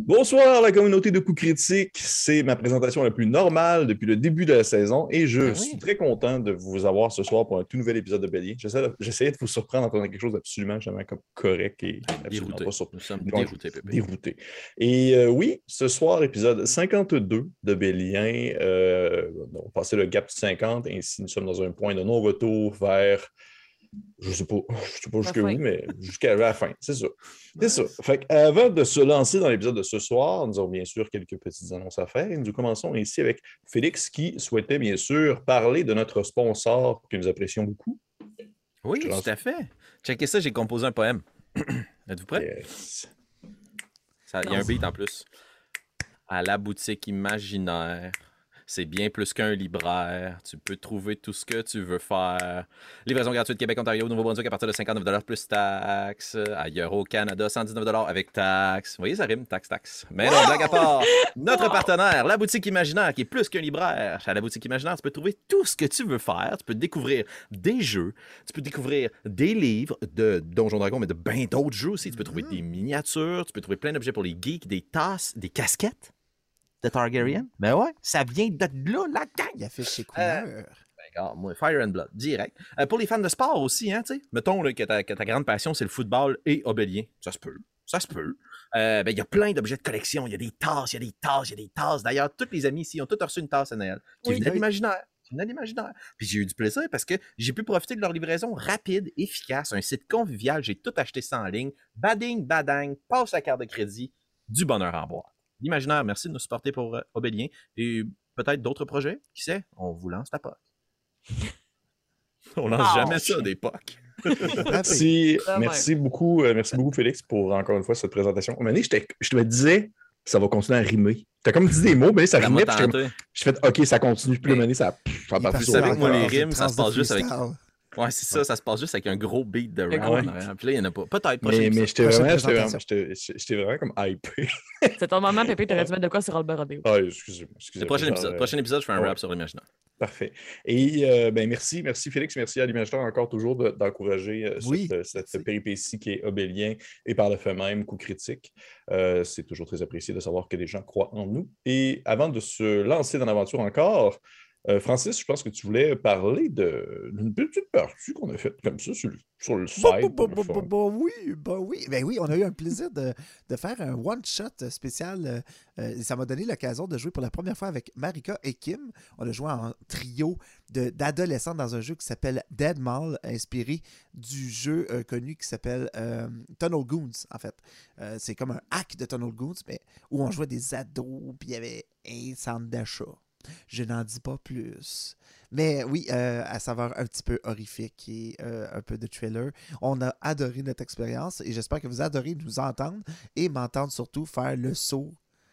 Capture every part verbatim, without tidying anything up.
Bonsoir la communauté de coups critiques, c'est ma présentation la plus normale depuis le début de la saison et je Ah oui. suis très content de vous avoir ce soir pour un tout nouvel épisode de Bélier. J'essaie de, j'essayais de vous surprendre en faisant quelque chose d'absolument jamais comme correct et absolument Dérouté. pas surprenant. Nous sommes Donc, déroutés, Pépé. dérouté. Et euh, oui, ce soir, épisode cinquante-deux de Bélien. Euh, on va passer le gap du cinquante, ainsi nous sommes dans un point de non-retour vers... Je sais pas, je sais pas jusqu'à où, mais jusqu'à la fin, c'est ça. C'est Nice. ça. Fait avant de se lancer dans l'épisode de ce soir, nous avons bien sûr quelques petites annonces à faire. Et nous commençons ici avec Félix qui souhaitait bien sûr parler de notre sponsor que nous apprécions beaucoup. Oui, Je tout lance... à fait. Checkez ça, j'ai composé un poème. Êtes-vous prêts? Yes. Ça, il y a un beat en plus. À la boutique imaginaire. C'est bien plus qu'un libraire. Tu peux trouver tout ce que tu veux faire. Livraison gratuite Québec, Ontario, Nouveau-Brunswick à partir de cinquante-neuf dollars plus taxes. Ailleurs au Canada, cent dix-neuf dollars avec taxes. Vous voyez, ça rime, taxe, taxe. Mais non, blague à part. Notre partenaire, la boutique imaginaire, qui est plus qu'un libraire. À la boutique imaginaire, tu peux trouver tout ce que tu veux faire. Tu peux découvrir des jeux. Tu peux découvrir des livres de Donjons Dragons, mais de bien d'autres jeux aussi. Tu peux trouver des miniatures. Tu peux trouver plein d'objets pour les geeks, des tasses, des casquettes de Targaryen. Ben ouais, ça vient de là, la gang. Il affiche ses couleurs. Euh, ben, regarde, moi, Fire and Blood, direct. Euh, pour les fans de sport aussi, hein, tu sais. Mettons là, que, ta, que ta grande passion, c'est le football et Obélien. Ça se peut. Ça se peut. Euh, ben, il y a plein d'objets de collection. Il y a des tasses, il y a des tasses, il y a des tasses. D'ailleurs, tous les amis ici ont tous reçu une tasse à Noël qui Oui, venait de oui. l'imaginaire. Qui venait de l'imaginaire. Puis j'ai eu du plaisir parce que j'ai pu profiter de leur livraison rapide, efficace, un site convivial. J'ai tout acheté ça en ligne. Bading, badang, passe la carte de crédit, du bonheur en boîte. L'imaginaire, merci de nous supporter pour euh, Obélien et peut-être d'autres projets. Qui sait? On vous lance la P O C. On lance Oh, jamais chien. ça, des P O C. Merci, Vraiment. merci beaucoup, euh, merci beaucoup Félix pour encore une fois cette présentation. À un moment donné, j'étais- je te disais, ça va continuer à rimer. T'as comme dit des mots, mais ça Ça rimait. m'a puis j'étais comme- tenté. Je fais OK, ça continue. Puis le moment donné, ça. pff, ça Il part est plus Vous au savez rap. que moi, les encore rimes, une ça se transe passe de juste avec... freestyle. Ouais, c'est ça, ça se passe juste avec un gros beat de Un rap. gros en beat. arrière. Puis là, il n'y en a pas. Peut-être, prochain Mais, mais épisode. j'étais Prochaine vraiment, j'étais vraiment, présentation. j'étais- j'étais vraiment comme hypé. C'est ton moment, Pépé, t'aurais dû mettre de quoi sur Albert Rodeo. Ah, excusez-moi. Le excusez-moi. prochain Genre, épisode. euh, Prochain épisode, je fais un ouais. rap sur l'imaginaire. Parfait. Et euh, ben merci, merci Félix, merci à l'imaginaire encore toujours de- d'encourager euh, Oui, cette, euh, cette merci. péripétie qui est Obélien et par le fait même coup critique. Euh, c'est toujours très apprécié de savoir que les gens croient en nous. Et avant de se lancer dans l'aventure encore, euh, Francis, je pense que tu voulais parler de- d'une petite partie qu'on a faite comme ça sur, le- sur le site. Bon, bon, pour bon, le bon, fun. bon, oui, ben oui, ben oui, on a eu un plaisir de, de faire un one-shot spécial. euh, euh, ça m'a donné l'occasion de jouer pour la première fois avec Marika et Kim. On a joué en trio de- d'adolescents dans un jeu qui s'appelle Dead Mall, inspiré du jeu euh, connu qui s'appelle euh, Tunnel Goons, en fait. Euh, c'est comme un hack de Tunnel Goons, mais où on jouait des ados, puis il y avait un centre d'achat. Je n'en dis pas plus. Mais oui, euh, à saveur un petit peu horrifique et euh, un peu de thriller. On a adoré notre expérience et j'espère que vous adorez nous entendre et m'entendre surtout faire le saut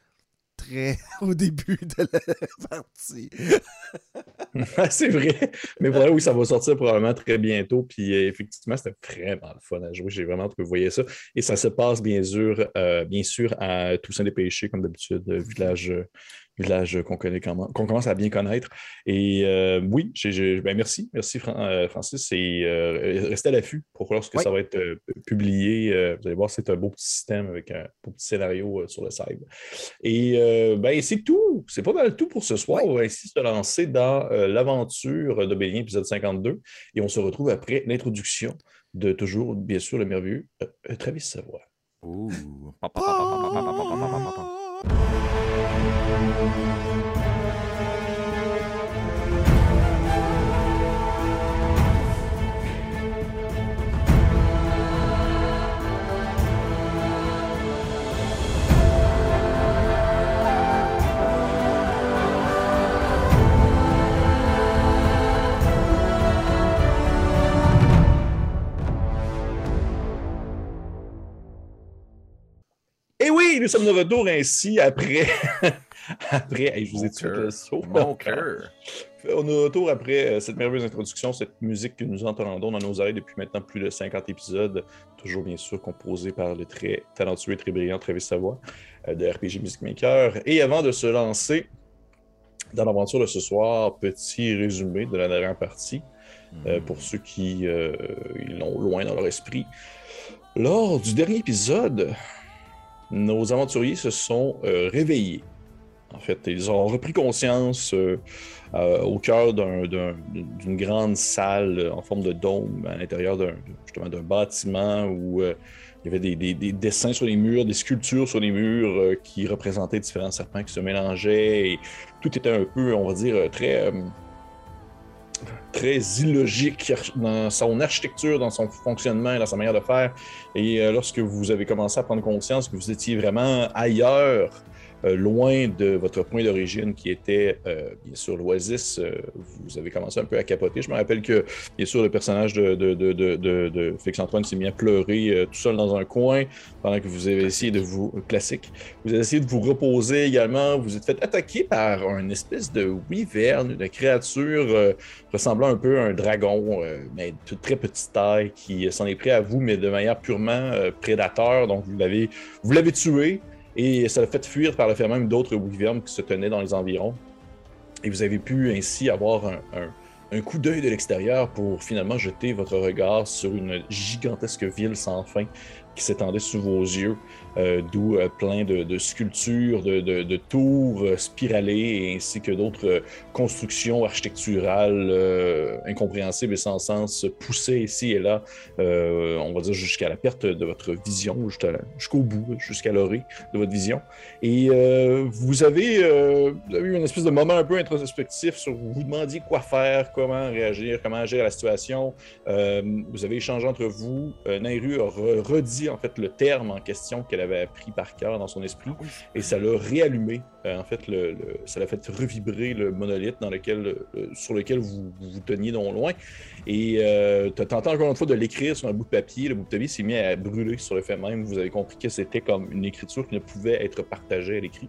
très au début de la partie. C'est vrai. Mais voilà, oui, ça va sortir probablement très bientôt. Puis euh, effectivement, c'était vraiment le fun à jouer. J'ai vraiment hâte que vous voyez ça. Et ça se passe bien sûr, euh, bien sûr à Toussaint des Péchés, comme d'habitude, euh, village, euh, village qu'on connaît comment- qu'on commence à bien connaître. Et euh, oui, j'ai, j'ai- ben merci, merci Fran- euh, Francis. Et euh, restez à l'affût pour lorsque Oui. ça va être euh, publié. Euh, vous allez voir, c'est un beau petit système avec un beau petit scénario euh, sur le site. Et euh, ben, c'est tout. C'est pas mal tout pour ce soir. Oui. On va ainsi se lancer dans euh, l'aventure d'Obélien, épisode cinquante-deux. Et on se retrouve après l'introduction de toujours, bien sûr, le merveilleux euh, Travis Savoie. Ouh. Pa, pa, pa, pa, pa, pa, pa, pa, pa, pa, pa, pa. Et oui, nous sommes de retour ainsi après. après, hey, je vous ai Mon dit le cœur. saut. Mon cœur. On est de retour après euh, cette merveilleuse introduction, cette musique que nous entendons dans nos oreilles depuis maintenant plus de cinquante épisodes, toujours bien sûr composée par le très talentueux et très brillant Travis Savoie euh, de R P G Music Maker. Et avant de se lancer dans l'aventure de ce soir, petit résumé de la dernière partie, euh, pour ceux qui euh, ils l'ont loin dans leur esprit. Lors du dernier épisode, nos aventuriers se sont euh, réveillés. En fait, ils ont repris conscience euh, euh, au cœur d'un, d'un, d'une grande salle en forme de dôme à l'intérieur d'un, justement, d'un bâtiment où euh, il y avait des, des, des dessins sur les murs, des sculptures sur les murs euh, qui représentaient différents serpents qui se mélangeaient. Et tout était un peu, on va dire, très, euh, très illogique dans son architecture, dans son fonctionnement et dans sa manière de faire. Et euh, lorsque vous avez commencé à prendre conscience que vous étiez vraiment ailleurs, Euh, loin de votre point d'origine qui était, euh, bien sûr, l'Oasis, euh, vous avez commencé un peu à capoter. Je me rappelle que, bien sûr, le personnage de, de, de, de, de, de Félix-Antoine s'est mis à pleurer euh, tout seul dans un coin pendant que vous avez essayé de vous... Classique. Vous avez essayé de vous reposer également. Vous êtes fait attaquer par une espèce de wyvern, de créature euh, ressemblant un peu à un dragon, euh, mais de très petite taille, qui s'en est pris à vous, mais de manière purement euh, prédateur. Donc, vous l'avez, vous l'avez tué. Et ça l'a fait fuir par le fait même d'autres wyverns qui se tenaient dans les environs. Et vous avez pu ainsi avoir un, un, un coup d'œil de l'extérieur pour finalement jeter votre regard sur une gigantesque ville sans fin qui s'étendait sous vos yeux, euh, d'où euh, plein de, de sculptures, de, de, de tours euh, spiralées, ainsi que d'autres euh, constructions architecturales euh, incompréhensibles et sans sens poussées ici et là, euh, on va dire jusqu'à la perte de votre vision, jusqu'à la, jusqu'au bout, jusqu'à l'orée de votre vision. Et euh, vous, avez, euh, vous avez eu une espèce de moment un peu introspectif sur vous vous demandiez quoi faire, comment réagir, comment agir à la situation. Euh, vous avez échangé entre vous. Euh, Nairu a re- redit en fait le terme en question qu'elle avait appris par cœur dans son esprit et ça l'a réallumé. Euh, en fait, le, le, ça l'a fait revibrer le monolithe dans lequel, le, sur lequel vous, vous vous teniez non loin. Et euh, tu as tenté encore une fois de l'écrire sur un bout de papier. Le bout de papier s'est mis à brûler sur le fait même. Vous avez compris que c'était comme une écriture qui ne pouvait être partagée à l'écrit.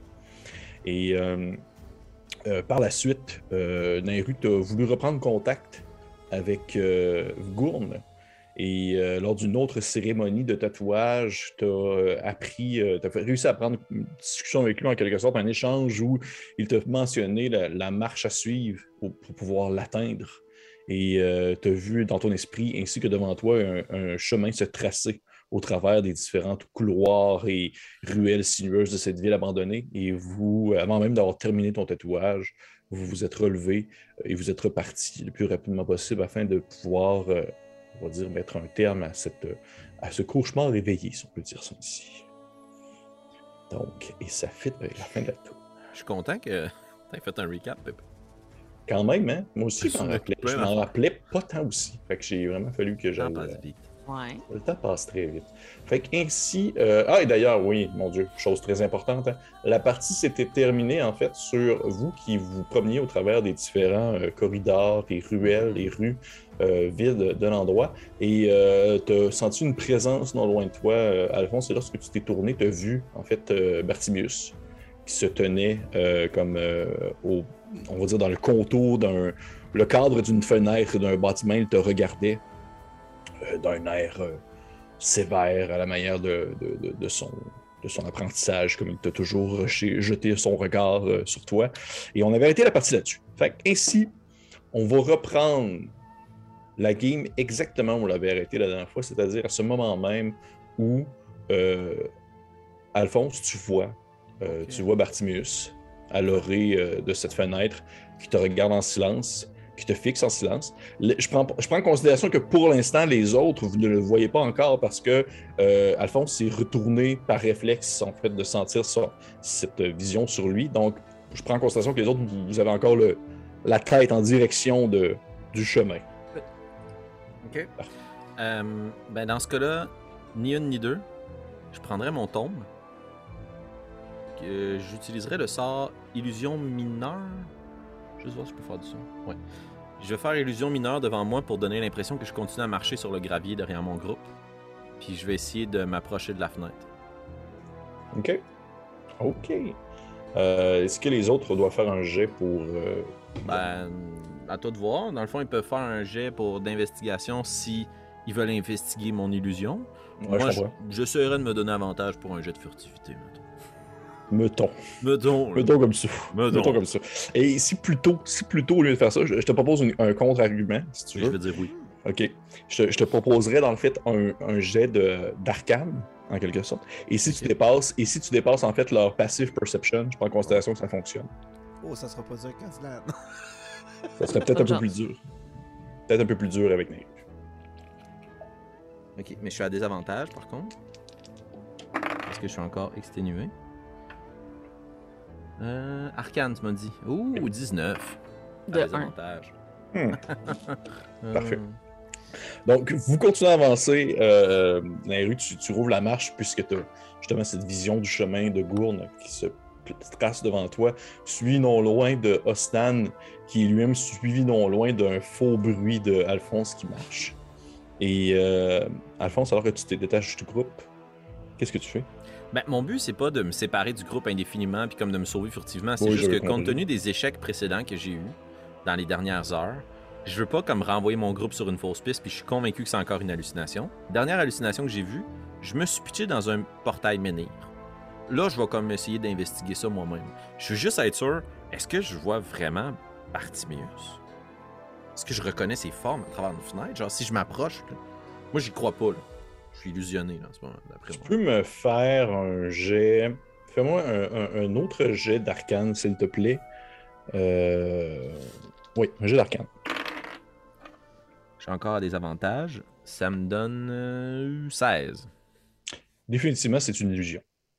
Et euh, euh, par la suite, euh, Nairu a voulu reprendre contact avec euh, Gourne. Et euh, lors d'une autre cérémonie de tatouage, tu as euh, appris, euh, tu as réussi à prendre une discussion avec lui en quelque sorte, un échange où il t'a mentionné la, la marche à suivre pour, pour pouvoir l'atteindre. Et euh, tu as vu dans ton esprit, ainsi que devant toi, un, un chemin se tracer au travers des différents couloirs et ruelles sinueuses de cette ville abandonnée. Et vous, avant même d'avoir terminé ton tatouage, vous vous êtes relevé et vous êtes reparti le plus rapidement possible afin de pouvoir... Euh, on va dire, mettre un terme à, cette, à ce cauchemar réveillé, si on peut dire ça ici. Donc, et ça fit avec la fin de la tour. Je suis content que tu aies fait un recap, Pépé. Quand même, hein? Moi aussi, je m'en rappelais. Je m'en affaires. rappelais pas tant aussi. Fait que j'ai vraiment fallu que j'aille... passe vite. Ouais. Le temps passe très vite. Fait qu'ainsi... Euh... Ah, et d'ailleurs, oui, mon Dieu, chose très importante, hein, la partie s'était terminée, en fait, sur vous qui vous promeniez au travers des différents euh, corridors, des ruelles, des rues euh, vides de l'endroit, et euh, tu as senti une présence non loin de toi, euh, Alphonse, et lorsque tu t'es tourné, tu as vu, en fait, euh, Bartimius, qui se tenait euh, comme, euh, au, on va dire, dans le contour d'un... le cadre d'une fenêtre d'un bâtiment, il te regardait euh, d'un air euh, sévère à la manière de, de, de, de, son, de son apprentissage, comme il t'a toujours rushé, jeté son regard euh, sur toi. Et on avait arrêté la partie là-dessus. Fait ainsi, on va reprendre la game exactement où on l'avait arrêté la dernière fois, c'est-à-dire à ce moment même où euh, Alphonse, tu vois, euh, okay. tu vois Bartimius à l'orée euh, de cette fenêtre qui te regarde en silence, qui te fixe en silence. Le, je, prends, je prends en considération que pour l'instant, les autres, vous ne le voyez pas encore parce que euh, Alphonse s'est retourné par réflexe, en fait, de sentir ça, cette vision sur lui. Donc, je prends en considération que les autres, vous, vous avez encore le, la tête en direction de, du chemin. OK. Euh, ben dans ce cas-là, ni une ni deux, je prendrais mon tombe. Que j'utiliserais le sort Illusion mineure. Je vais voir si je peux faire du son. Ouais. Je vais faire Illusion mineure devant moi pour donner l'impression que je continue à marcher sur le gravier derrière mon groupe. Puis je vais essayer de m'approcher de la fenêtre. OK. OK. Euh, est-ce que les autres doivent faire un jet pour... Euh... Ben, à toi de voir. Dans le fond, ils peuvent faire un jet pour d'investigation si ils veulent investiguer mon illusion. Ouais, moi, je je, j'essaierais de me donner avantage pour un jet de furtivité, mettons. Mettons. Mettons. Mettons comme ça. Mettons. Mettons comme ça. Et si plutôt, si plutôt, au lieu de faire ça, je, je te propose une, un contre-argument, si tu veux. Je vais dire oui. OK. Je, je te proposerais, dans le fait, un, un jet de, d'arcane en quelque sorte. Et si Ok. tu dépasses, et si tu dépasses en fait leur passive perception, je prends en considération que ça fonctionne. Oh, ça sera pas dur, Castellan. Ça serait peut-être un Bonne peu chance. plus dur. Peut-être un peu plus dur avec Nairu. Ok, mais je suis à désavantage par contre. Est-ce que je suis encore exténué? Euh, Arcane, tu m'as dit. Ouh, dix-neuf. De À un. désavantage. Hmm. Euh, Parfait. Donc, vous continuez à avancer. Euh, Nairu, tu, tu rouvres la marche puisque tu as justement cette vision du chemin de Gourne qui se trace devant toi, suivi non loin de Ostan, qui est lui-même suivi non loin d'un faux bruit de Alphonse qui marche. Et euh, Alphonse, alors que tu te détaches du groupe, qu'est-ce que tu fais? Ben, mon but, c'est pas de me séparer du groupe indéfiniment puis comme de me sauver furtivement. C'est Oui, juste que, j'avais compte compris. tenu des échecs précédents que j'ai eus dans les dernières heures, je veux pas comme renvoyer mon groupe sur une fausse piste puis je suis convaincu que c'est encore une hallucination. Dernière hallucination que j'ai vue, je me suis pitché dans un portail menhir. Là, je vais comme essayer d'investiguer ça moi-même. Je veux juste être sûr, est-ce que je vois vraiment Bartimius? Est-ce que je reconnais ses formes à travers une fenêtre? Genre, si je m'approche, là, moi, j'y crois pas, là. Je suis illusionné, là, en ce moment, d'après Tu moi. peux me faire un jet. Fais-moi un, un- un autre jet d'arcane, s'il te plaît. Euh... Oui, un jet d'arcane. Je suis encore à des avantages. Ça me donne euh, seize. Définitivement, c'est une illusion.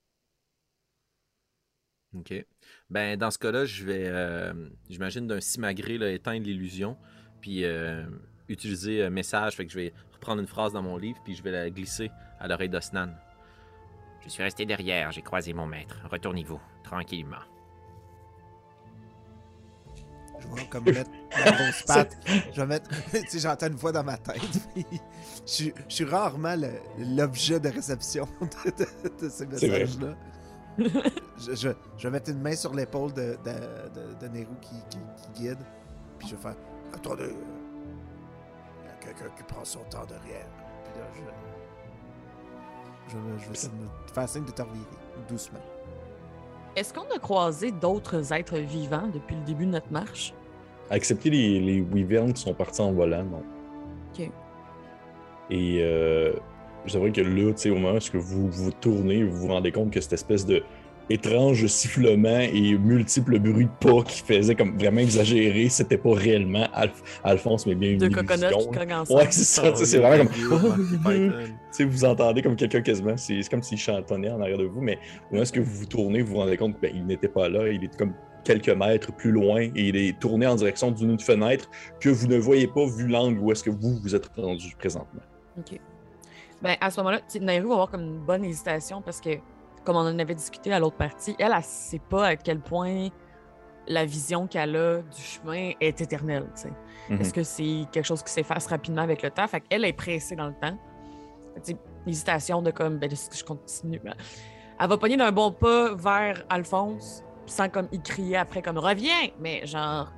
OK. Ben, dans ce cas-là, je vais, euh, j'imagine, d'un simagré, là, éteindre l'illusion, puis euh, utiliser euh, message. Fait que je vais reprendre une phrase dans mon livre, puis je vais la glisser à l'oreille d'Osnan. Je suis resté derrière, j'ai croisé mon maître. Retournez-vous, tranquillement. Je vais comme mettre ma grosse patte. Je vais mettre. Tu sais, j'entends une voix dans ma tête. puis je, suis- je suis rarement le- l'objet de réception de, de- de ces C'est vrai. messages-là. Je, je, je vais mettre une main sur l'épaule de, de, de, de Nero qui, qui, qui guide. Puis je vais faire attendez, euh, il y a quelqu'un qui prend son temps derrière. Puis là, je. Je, vais- je vais essayer de me faire signe de te revirer, doucement. Est-ce qu'on a croisé d'autres êtres vivants depuis le début de notre marche? À excepter les, les wyverns qui sont partis en volant, non. Ok. Et euh, je vrai que là, tu sais, au moment où vous vous tournez, vous vous rendez compte que cette espèce de étrange sifflement et multiples bruits de pas qui faisaient comme vraiment exagérer, c'était pas réellement Alf- Alphonse, mais bien une Deux coconuts illusion. qui là. cognent ensemble. Ouais, c'est ça, tu sais, c'est vraiment comme... comme. Tu sais, vous entendez comme quelqu'un quasiment, c'est c'est comme s'il chantonnait en arrière de vous, mais au moment où vous vous tournez, vous vous rendez compte qu'il n'était pas là, il était comme quelques mètres plus loin et il est tourné en direction d'une fenêtre que vous ne voyez pas vu l'angle où est-ce que vous vous êtes rendu présentement. OK. Ben, à ce moment-là, tu sais, Nairou va avoir comme une bonne hésitation parce que, comme on en avait discuté à l'autre partie, elle, elle ne sait pas à quel point la vision qu'elle a du chemin est éternelle. Tu sais. Mhm. Est-ce que c'est quelque chose qui s'efface rapidement avec le temps? Fait qu'elle est pressée dans le temps. Fait que, tu sais, l'hésitation de comme, ben, est-ce que je continue? Ben, elle va pogner d'un bon pas vers Alphonse sans comme y crier après comme reviens, mais genre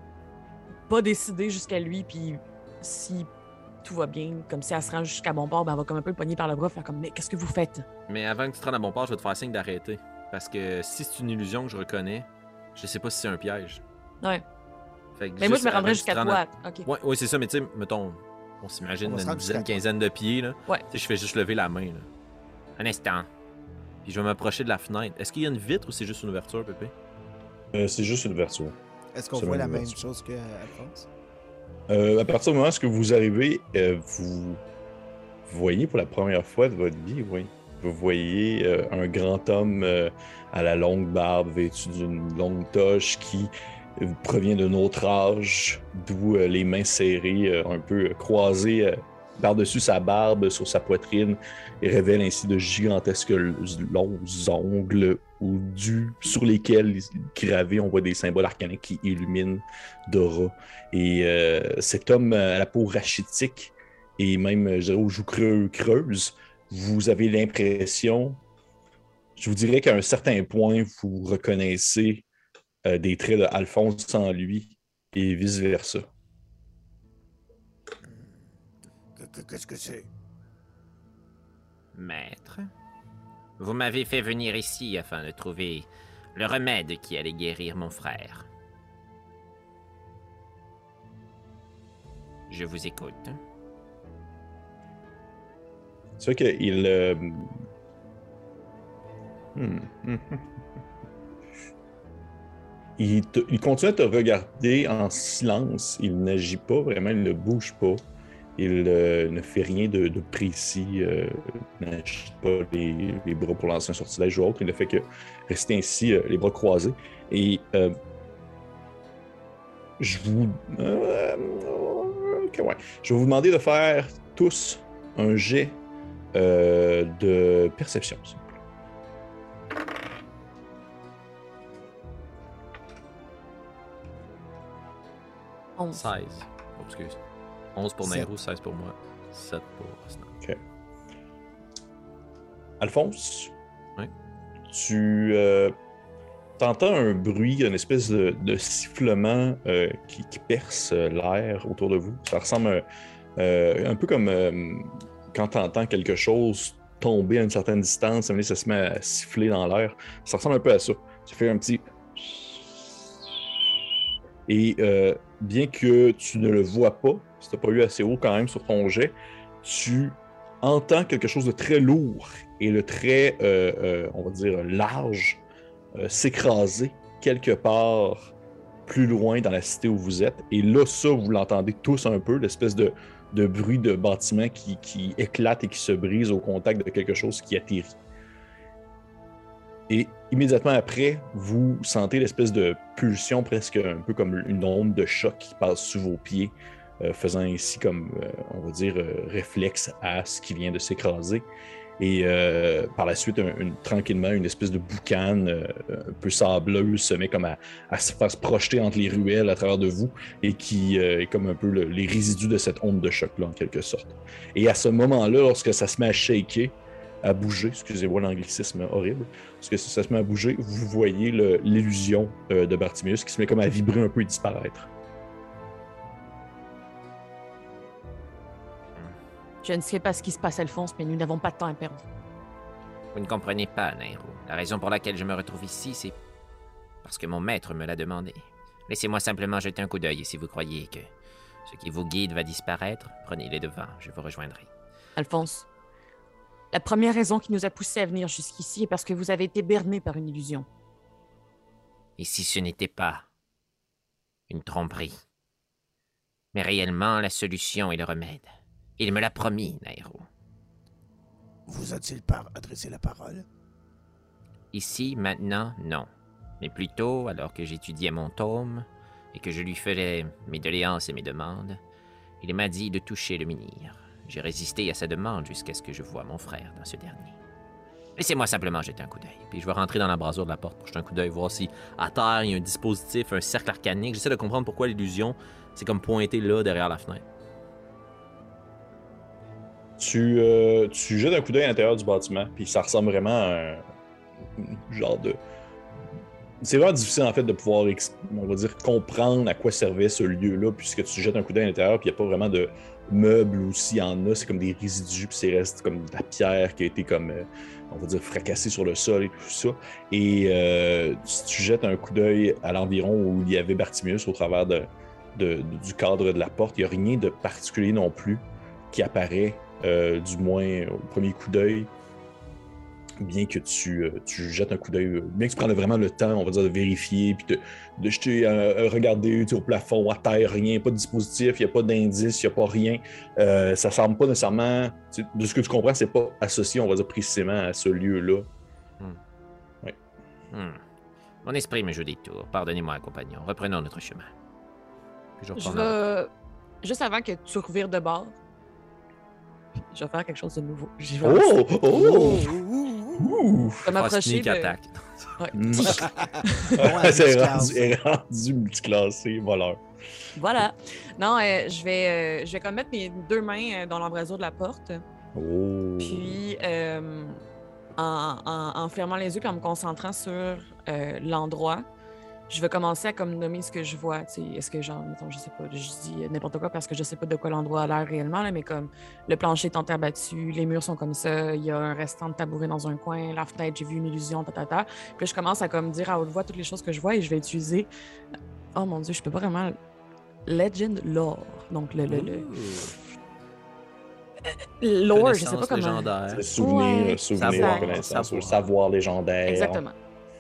pas décider jusqu'à lui, puis si tout va bien, comme si elle se rend jusqu'à bon port, ben elle va comme un peu le pogner par le bras, faire comme mais qu'est-ce que vous faites? Mais avant que tu te rendes à bon port, je vais te faire signe d'arrêter. Parce que si c'est une illusion que je reconnais, je sais pas si c'est un piège. Ouais. Fait que Mais moi juste je me rendrais avant que tu te jusqu'à rendes toi. à- OK. Ouais, ouais, c'est ça, mais tu sais, mettons, on s'imagine On va se une rendre dizaine, jusqu'à toi. quinzaine de pieds, là. Ouais. Tu sais, je fais juste lever la main, là. Un instant. Puis je vais m'approcher de la fenêtre. Est-ce qu'il y a une vitre ou c'est juste une ouverture, Pépé? Euh, c'est juste une ouverture. Est-ce qu'on C'est voit la la même ouverture. chose qu'Alphonse? Euh, à partir du moment où vous arrivez, euh, vous voyez pour la première fois de votre vie, oui. Vous voyez euh, un grand homme euh, à la longue barbe, vêtu d'une longue toche qui euh, provient d'un autre âge, d'où euh, les mains serrées, euh, un peu croisées euh, par-dessus sa barbe, sur sa poitrine, et révèle ainsi de gigantesques longs ongles ou du, sur lesquels, gravés, on voit des symboles arcaniques qui illuminent d'aura. Et euh, cet homme à la peau rachitique et même, je dirais, aux joues creux, creuses, vous avez l'impression, je vous dirais qu'à un certain point, vous reconnaissez euh, des traits d'Alphonse en lui et vice-versa. Qu'est-ce que c'est? Maître, vous m'avez fait venir ici afin de trouver le remède qui allait guérir mon frère. Je vous écoute. C'est vrai qu'il euh, Hmm. Il, te- il continue à te regarder en silence. Il n'agit pas vraiment, il ne bouge pas. Il euh, ne fait rien de, de précis. Euh, il n'agite pas les, les bras pour lancer un sortilège ou autre. Il ne fait que rester ainsi, euh, les bras croisés. Et euh, je vous. euh, ok, ouais. Je vais vous demander de faire tous un jet euh, de perception. s'il vous plaît. onze. seize. Oh, excuse. onze pour Sept. Nairo, seize pour moi. sept pour Osnan. Alphonse, Oui. tu euh, entends un bruit, une espèce de, de sifflement euh, qui, qui perce euh, l'air autour de vous. Ça ressemble euh, un peu comme euh, quand tu entends quelque chose tomber à une certaine distance, ça se met à siffler dans l'air. Ça ressemble un peu à ça. Ça fait un petit... Et euh, bien que tu ne le vois pas, si tu n'as pas eu assez haut quand même sur ton jet, tu entends quelque chose de très lourd et de très, euh, euh, on va dire, large euh, s'écraser quelque part plus loin dans la cité où vous êtes. Et là, ça, vous l'entendez tous un peu, l'espèce de, de bruit de bâtiment qui, qui éclate et qui se brise au contact de quelque chose qui atterrit. Et immédiatement après, vous sentez l'espèce de pulsion presque un peu comme une onde de choc qui passe sous vos pieds, euh, faisant ainsi comme, euh, on va dire, euh, réflexe à ce qui vient de s'écraser. Et euh, par la suite, un, une, tranquillement, une espèce de boucane euh, un peu sableuse se met comme à, à se faire se projeter entre les ruelles à travers de vous et qui euh, est comme un peu le, les résidus de cette onde de choc-là, en quelque sorte. Et à ce moment-là, lorsque ça se met à shaker, à bouger, excusez-moi l'anglicisme horrible, parce que si ça se met à bouger, vous voyez le, l'illusion euh, de Bartimius qui se met comme à vibrer un peu et disparaître. Je ne sais pas ce qui se passe, Alphonse, mais nous n'avons pas de temps à perdre. Vous ne comprenez pas, Nairo. La raison pour laquelle je me retrouve ici, c'est parce que mon maître me l'a demandé. Laissez-moi simplement jeter un coup d'œil et si vous croyez que ce qui vous guide va disparaître, prenez les devants, je vous rejoindrai. Alphonse, la première raison qui nous a poussés à venir jusqu'ici est parce que vous avez été berné par une illusion. Et si ce n'était pas une tromperie, mais réellement la solution et le remède? Il me l'a promis, Nairo. Vous a-t-il par adressé la parole? Ici, maintenant, non. Mais plutôt, alors que j'étudiais mon tome et que je lui faisais mes doléances et mes demandes, il m'a dit de toucher le menhir. J'ai résisté à sa demande jusqu'à ce que je voie mon frère dans ce dernier. Laissez-moi simplement jeter un coup d'œil. Puis je vais rentrer dans l'embrasure de la porte pour jeter un coup d'œil, voir si à terre il y a un dispositif, un cercle arcanique. J'essaie de comprendre pourquoi l'illusion, c'est comme pointé là derrière la fenêtre. Tu, euh, tu jettes un coup d'œil à l'intérieur du bâtiment, puis ça ressemble vraiment à un genre de... C'est vraiment difficile, en fait, de pouvoir, on va dire, comprendre à quoi servait ce lieu-là, puisque tu jettes un coup d'œil à l'intérieur, puis il n'y a pas vraiment de meubles, ou s'il y en a, c'est comme des résidus, puis c'est reste comme de la pierre qui a été comme, euh, on va dire, fracassée sur le sol et tout ça. Et euh, si tu jettes un coup d'œil à l'environ où il y avait Bartimius au travers de, de, de, du cadre de la porte, il n'y a rien de particulier non plus qui apparaît. Euh, du moins au premier coup d'œil, bien que tu, euh, tu jettes un coup d'œil, bien que tu prennes vraiment le temps, on va dire, de vérifier, puis de, de jeter, euh, regarder au plafond, à terre, rien, pas de dispositif, il n'y a pas d'indice, il n'y a pas rien. Euh, ça ne semble pas nécessairement, de ce que tu comprends, c'est pas associé, on va dire, précisément à ce lieu-là. Hmm. Oui. Hmm. Mon esprit me joue des tours. Pardonnez-moi, compagnon. Reprenons notre chemin. Puis je Je retourne dans- vais... Juste avant que tu revires de bord, je vais faire quelque chose de nouveau. Je vais, Oh! Oh! Ouh! Ouh! je vais m'approcher sneak de... attack. Ouais. Mm. Ouais, c'est multiclasse. rendu, est rendu multiclassé, voleur. Voilà. Non, euh, je vais, euh, je vais comme mettre mes deux mains euh, dans l'embrasure de la porte, Oh! puis euh, en, en, en fermant les yeux et en me concentrant sur euh, l'endroit, je vais commencer à comme nommer ce que je vois. Tu sais, est-ce que genre, mettons, je sais pas, je dis n'importe quoi parce que je sais pas de quoi l'endroit a l'air réellement, là, mais comme le plancher est en terre battue, les murs sont comme ça, il y a un restant de tabouret dans un coin, la fenêtre, j'ai vu une illusion, ta, ta, ta. Puis là, je commence à comme dire à haute voix toutes les choses que je vois et je vais utiliser. Oh mon Dieu, je peux pas vraiment. Legend Lore. Donc, le. le, le... Lore, je sais pas Connaissance comment. légendaire. Le souvenir, Ouais, le souvenir, savoir, connaissance, savoir. le savoir légendaire. Exactement.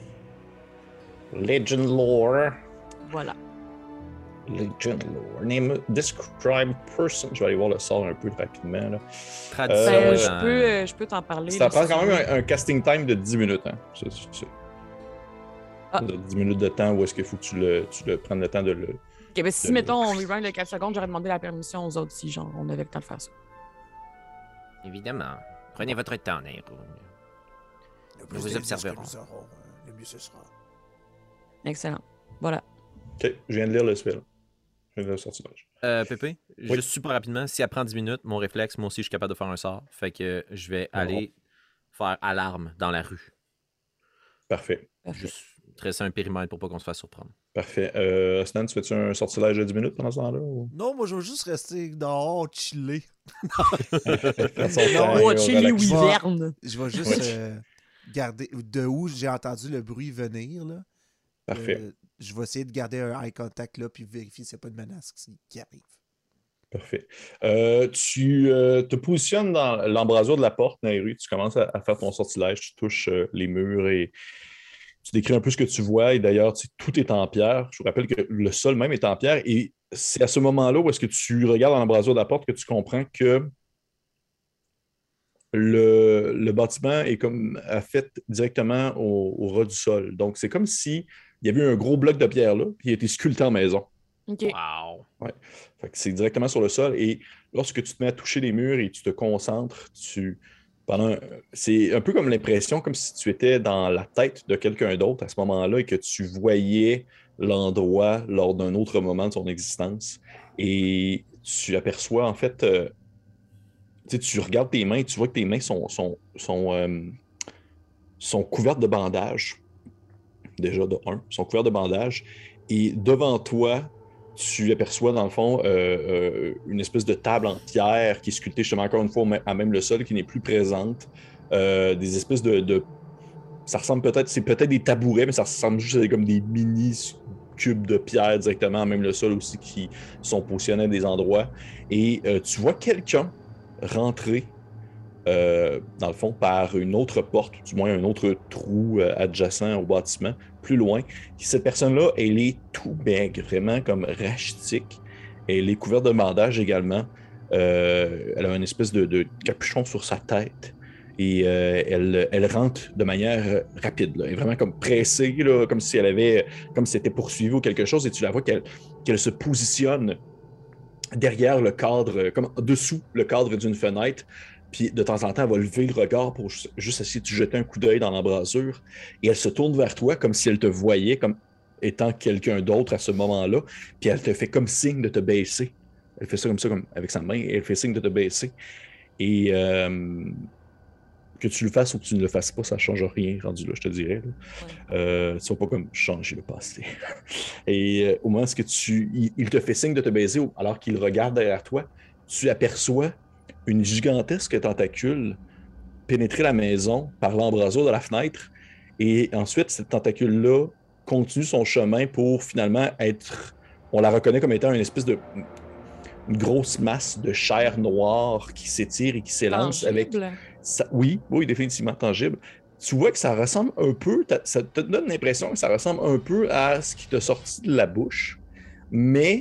Legend lore. Voilà. Legend lore. Name a describe person. Je vais aller voir le sort un peu rapidement. Là. Tradition. Euh, Ben, dans- je peux, euh, je peux t'en parler. Ça là, prend si quand tu même veux. un, un casting time de dix minutes. Hein. C'est, c'est, c'est... Ah. De dix minutes de temps où est-ce qu'il faut que tu le, tu le prennes le temps de le. Ok, ben, si, de- mettons, on rewind de quatre secondes, j'aurais demandé la permission aux autres si, genre, on avait le temps de faire ça. Évidemment. Prenez votre temps, Nairou. Le Nous vous d'indices observerons. que nous aurons, euh, le mieux ce sera. Excellent. Voilà. Ok, je viens de lire le spell. Je viens de le sortir. Euh, Pépé, Oui. juste super rapidement, si elle prend dix minutes, mon réflexe, moi aussi, je suis capable de faire un sort. Fait que je vais Bon. aller faire alarme dans la rue. Parfait. Parfait. Juste tresser un périmètre pour pas qu'on se fasse surprendre. Parfait. Euh, Stan, tu fais-tu un sortilège de dix minutes pendant ce temps-là? Ou... Non, moi, je veux juste rester dehors, chiller. Prends son Non, temps, Oh, euh, chili relax. wyvern. Je vais juste euh, garder de où j'ai entendu le bruit venir. Là. Parfait. Euh, je vais essayer de garder un eye contact là puis vérifier s'il n'y a pas de menace qui, qui arrive. Parfait. Euh, tu euh, te positionnes dans l'embrasure de la porte, Nairu. Tu commences à, à faire ton sortilège. Tu touches euh, les murs et tu décris un peu ce que tu vois. Et d'ailleurs, tu sais, tout est en pierre. Je vous rappelle que le sol même est en pierre. Et c'est à ce moment-là où est-ce que tu regardes dans l'embrasure de la porte que tu comprends que le, le bâtiment est comme fait directement au, au ras du sol. Donc, c'est comme si il y avait eu un gros bloc de pierre là, puis il a été sculpté en maison. OK. Wow! Fait que c'est directement sur le sol. Et lorsque tu te mets à toucher les murs et tu te concentres, tu. Pendant un- C'est un peu comme l'impression, comme si tu étais dans la tête de quelqu'un d'autre à ce moment-là et que tu voyais l'endroit lors d'un autre moment de son existence. Et tu aperçois, en fait, euh, tu sais, tu regardes tes mains et tu vois que tes mains sont, sont, sont, euh, sont couvertes de bandages. Déjà, de un, sont couvertes de bandages. Et devant toi, tu aperçois, dans le fond, euh, euh, une espèce de table en pierre qui est sculptée, justement, encore une fois, à même le sol, qui n'est plus présente. Euh, des espèces de, de... Ça ressemble peut-être... C'est peut-être des tabourets, mais ça ressemble juste à des, comme des mini cubes de pierre directement à même le sol aussi qui sont positionnés à des endroits. Et euh, tu vois quelqu'un rentrer, euh, dans le fond, par une autre porte, du moins un autre trou euh, adjacent au bâtiment, plus loin. Cette personne-là, elle est tout maigre, vraiment comme rachitique. Elle est couverte de bandages également. Euh, elle a une espèce de, de capuchon sur sa tête. Et euh, elle, elle rentre de manière rapide. Là. Elle est vraiment comme pressée, là, comme si elle avait, comme si elle était poursuivie ou quelque chose. Et tu la vois qu'elle, qu'elle se positionne derrière le cadre, comme dessous le cadre d'une fenêtre. Puis de temps en temps, elle va lever le regard pour juste essayer de jeter un coup d'œil dans l'embrasure. Et elle se tourne vers toi comme si elle te voyait comme étant quelqu'un d'autre à ce moment-là. Puis elle te fait comme signe de te baisser. Elle fait ça comme ça, comme avec sa main, et elle fait signe de te baisser. Et euh, que tu le fasses ou que tu ne le fasses pas, ça ne change rien rendu là, je te dirais. Là. Ouais. Euh, tu ne vas pas comme changer le passé. Et euh, au moment où tu, il, il te fait signe de te baiser, alors qu'il regarde derrière toi, tu aperçois une gigantesque tentacule pénétrer la maison par l'embrasure de la fenêtre. Et ensuite, cette tentacule-là continue son chemin pour finalement être... On la reconnaît comme étant une espèce de... une grosse masse de chair noire qui s'étire et qui s'élance avec... Ça, oui, oui, définitivement tangible. Tu vois que ça ressemble un peu... Ça te donne l'impression que ça ressemble un peu à ce qui t'a sorti de la bouche, mais...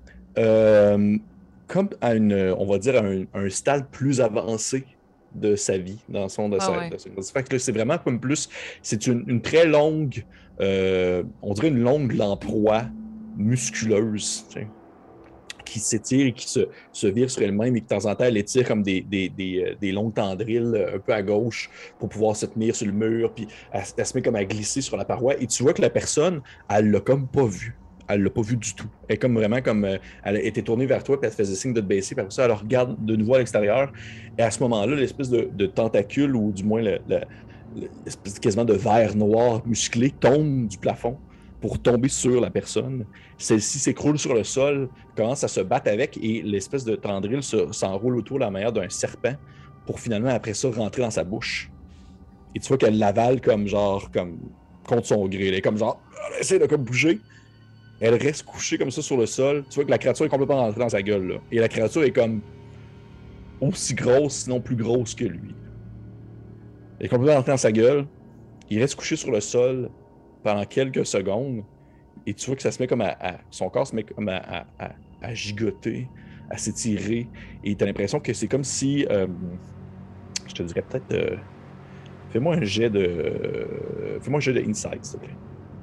Euh, comme à une, on va dire, à un, un stade plus avancé de sa vie, dans son de Ah sa, ouais. de sa- Fait que là, c'est vraiment comme plus, c'est une, une très longue, euh, on dirait une longue lamproie musculeuse, tu sais, qui s'étire et qui se, se vire sur elle-même et que de temps en temps, elle étire comme des, des, des, euh, des longues tendrils un peu à gauche pour pouvoir se tenir sur le mur, puis elle, elle se met comme à glisser sur la paroi et tu vois que la personne, elle l'a comme pas vue. Elle l'a pas vu du tout. Elle est comme vraiment comme... euh, elle était tournée vers toi, puis elle te faisait signe de te baisser. Puis après ça, elle regarde de nouveau à l'extérieur. Et à ce moment-là, l'espèce de, de tentacule, ou du moins le, le, l'espèce quasiment de verre noir musclé, tombe du plafond pour tomber sur la personne. Celle-ci s'écroule sur le sol, commence à se battre avec, et l'espèce de tendril se, s'enroule autour de la manière d'un serpent pour finalement, après ça, rentrer dans sa bouche. Et tu vois qu'elle l'avale comme genre, comme contre son gré. Elle est comme genre, elle essaie de comme bouger. Elle reste couchée comme ça sur le sol. Tu vois que la créature est complètement rentrée dans sa gueule. Là. Et la créature est comme aussi grosse, sinon plus grosse que lui. Elle est complètement entrée dans sa gueule. Il reste couché sur le sol pendant quelques secondes. Et tu vois que ça se met comme à... à son corps se met comme à, à, à, à gigoter, à s'étirer. Et tu as l'impression que c'est comme si... Euh, je te dirais peut-être... Euh, fais-moi un jet de... Euh, fais-moi un jet de insight, s'il te plaît.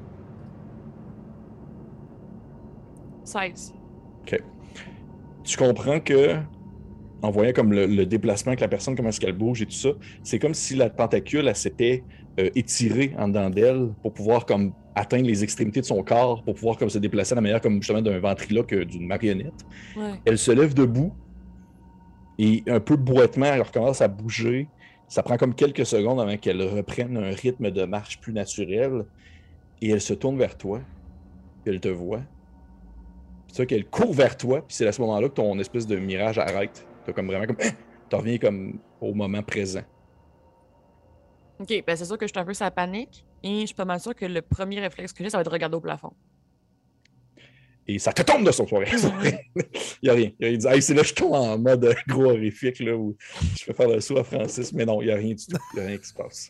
seize. OK. Tu comprends que, en voyant comme le, le déplacement que la personne, comment est-ce qu'elle bouge et tout ça, c'est comme si la tentacule, elle s'était euh, étirée en dedans d'elle pour pouvoir comme atteindre les extrémités de son corps, pour pouvoir comme se déplacer à la manière comme justement d'un ventriloque, euh, d'une marionnette. Ouais. Elle se lève debout et un peu boitement, elle recommence à bouger. Ça prend comme quelques secondes avant qu'elle reprenne un rythme de marche plus naturel et elle se tourne vers toi, puis elle te voit. C'est ça qu'elle court vers toi, puis c'est à ce moment-là que ton espèce de mirage arrête. T'as comme vraiment comme... Tu reviens comme au moment présent. Ok, ben c'est sûr que je suis un peu sa panique. Et je suis pas mal sûre que le premier réflexe que j'ai, ça va être de regarder au plafond. Et ça te tombe de son soirée. Il n'y a rien. Il dit, hey, c'est là que je tombe en mode gros horrifique, là, où je peux faire le saut à Francis, mais non, il n'y a rien du tout. Il n'y a rien qui se passe.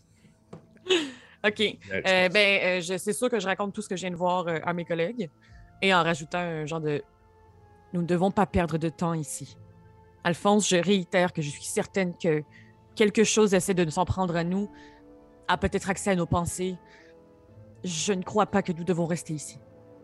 OK. Euh, ben, euh, je, c'est sûr que je raconte tout ce que je viens de voir euh, à mes collègues et en rajoutant un genre de... Nous ne devons pas perdre de temps ici. Alphonse, je réitère que je suis certaine que quelque chose essaie de s'en prendre à nous, a peut-être accès à nos pensées. Je ne crois pas que nous devons rester ici.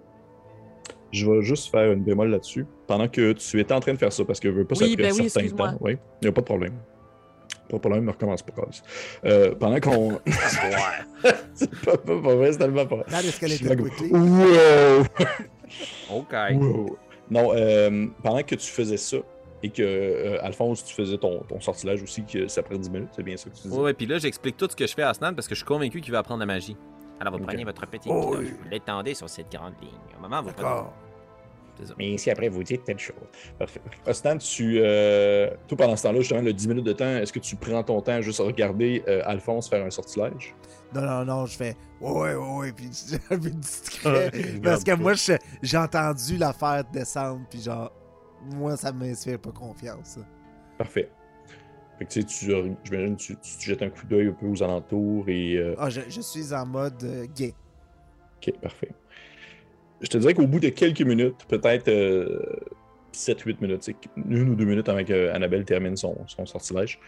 Je vais juste faire une bémol là-dessus. Pendant que tu étais en train de faire ça, parce que je veux pas oui, ça ben un oui, certain temps. Oui, il n'y a pas de problème. Pas de problème, ne recommence pas. Euh, pendant qu'on... c'est pas, pas, pas vrai, c'est tellement pas... That escalated quickly. Wow! OK. Wow. Non, euh, pendant que tu faisais ça, et que, euh, Alphonse, tu faisais ton, ton sortilège aussi, que ça prend dix minutes, c'est bien ça que tu disais? Ouais, ouais, puis là, j'explique tout ce que je fais à Snan parce que je suis convaincu qu'il va apprendre la magie. Alors vous Ok. prenez votre petite Oh, cloche, oui. vous l'étendez sur cette grande ligne. Au moment où vous prenez... D'accord. C'est ça. Mais si après vous dites telle chose. Parfait. Ostan, tu, euh, toi, pendant ce temps-là, justement, le dix minutes de temps, est-ce que tu prends ton temps juste à regarder euh, Alphonse faire un sortilège? Non, non, non, je fais ouais, ouais, ouais, puis je me discret. Regarde Parce que pas. moi, je- j'ai entendu l'affaire descendre, puis genre, moi, ça m'inspire pas confiance. ça. Parfait. Fait que tu sais, tu, euh, j'imagine, tu, tu, tu jettes un coup d'œil un peu aux alentours et... euh, Ah, je, je suis en mode euh, gay. Ok, parfait. Je te dirais qu'au bout de quelques minutes, peut-être euh, sept huit minutes, c'est une ou deux minutes avant que Annabelle termine son, son sortilège,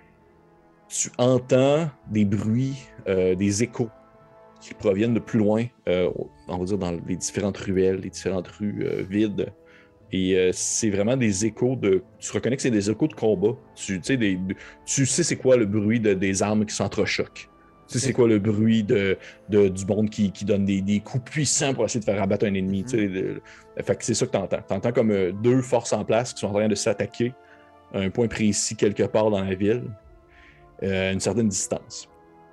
tu entends des bruits, euh, des échos qui proviennent de plus loin, euh, on va dire dans les différentes ruelles, les différentes rues euh, vides. Et euh, c'est vraiment des échos de... Tu reconnais que c'est des échos de combat. Tu, tu sais, des, de- tu sais c'est quoi le bruit de, des armes qui s'entrechoquent. Tu sais c'est quoi le bruit de, de- du monde qui, qui donne des, des coups puissants pour essayer de faire abattre un ennemi. Mhm. tu sais, de- fait que c'est ça que tu entends. Tu entends comme euh, deux forces en place qui sont en train de s'attaquer à un point précis quelque part dans la ville, euh, à une certaine distance.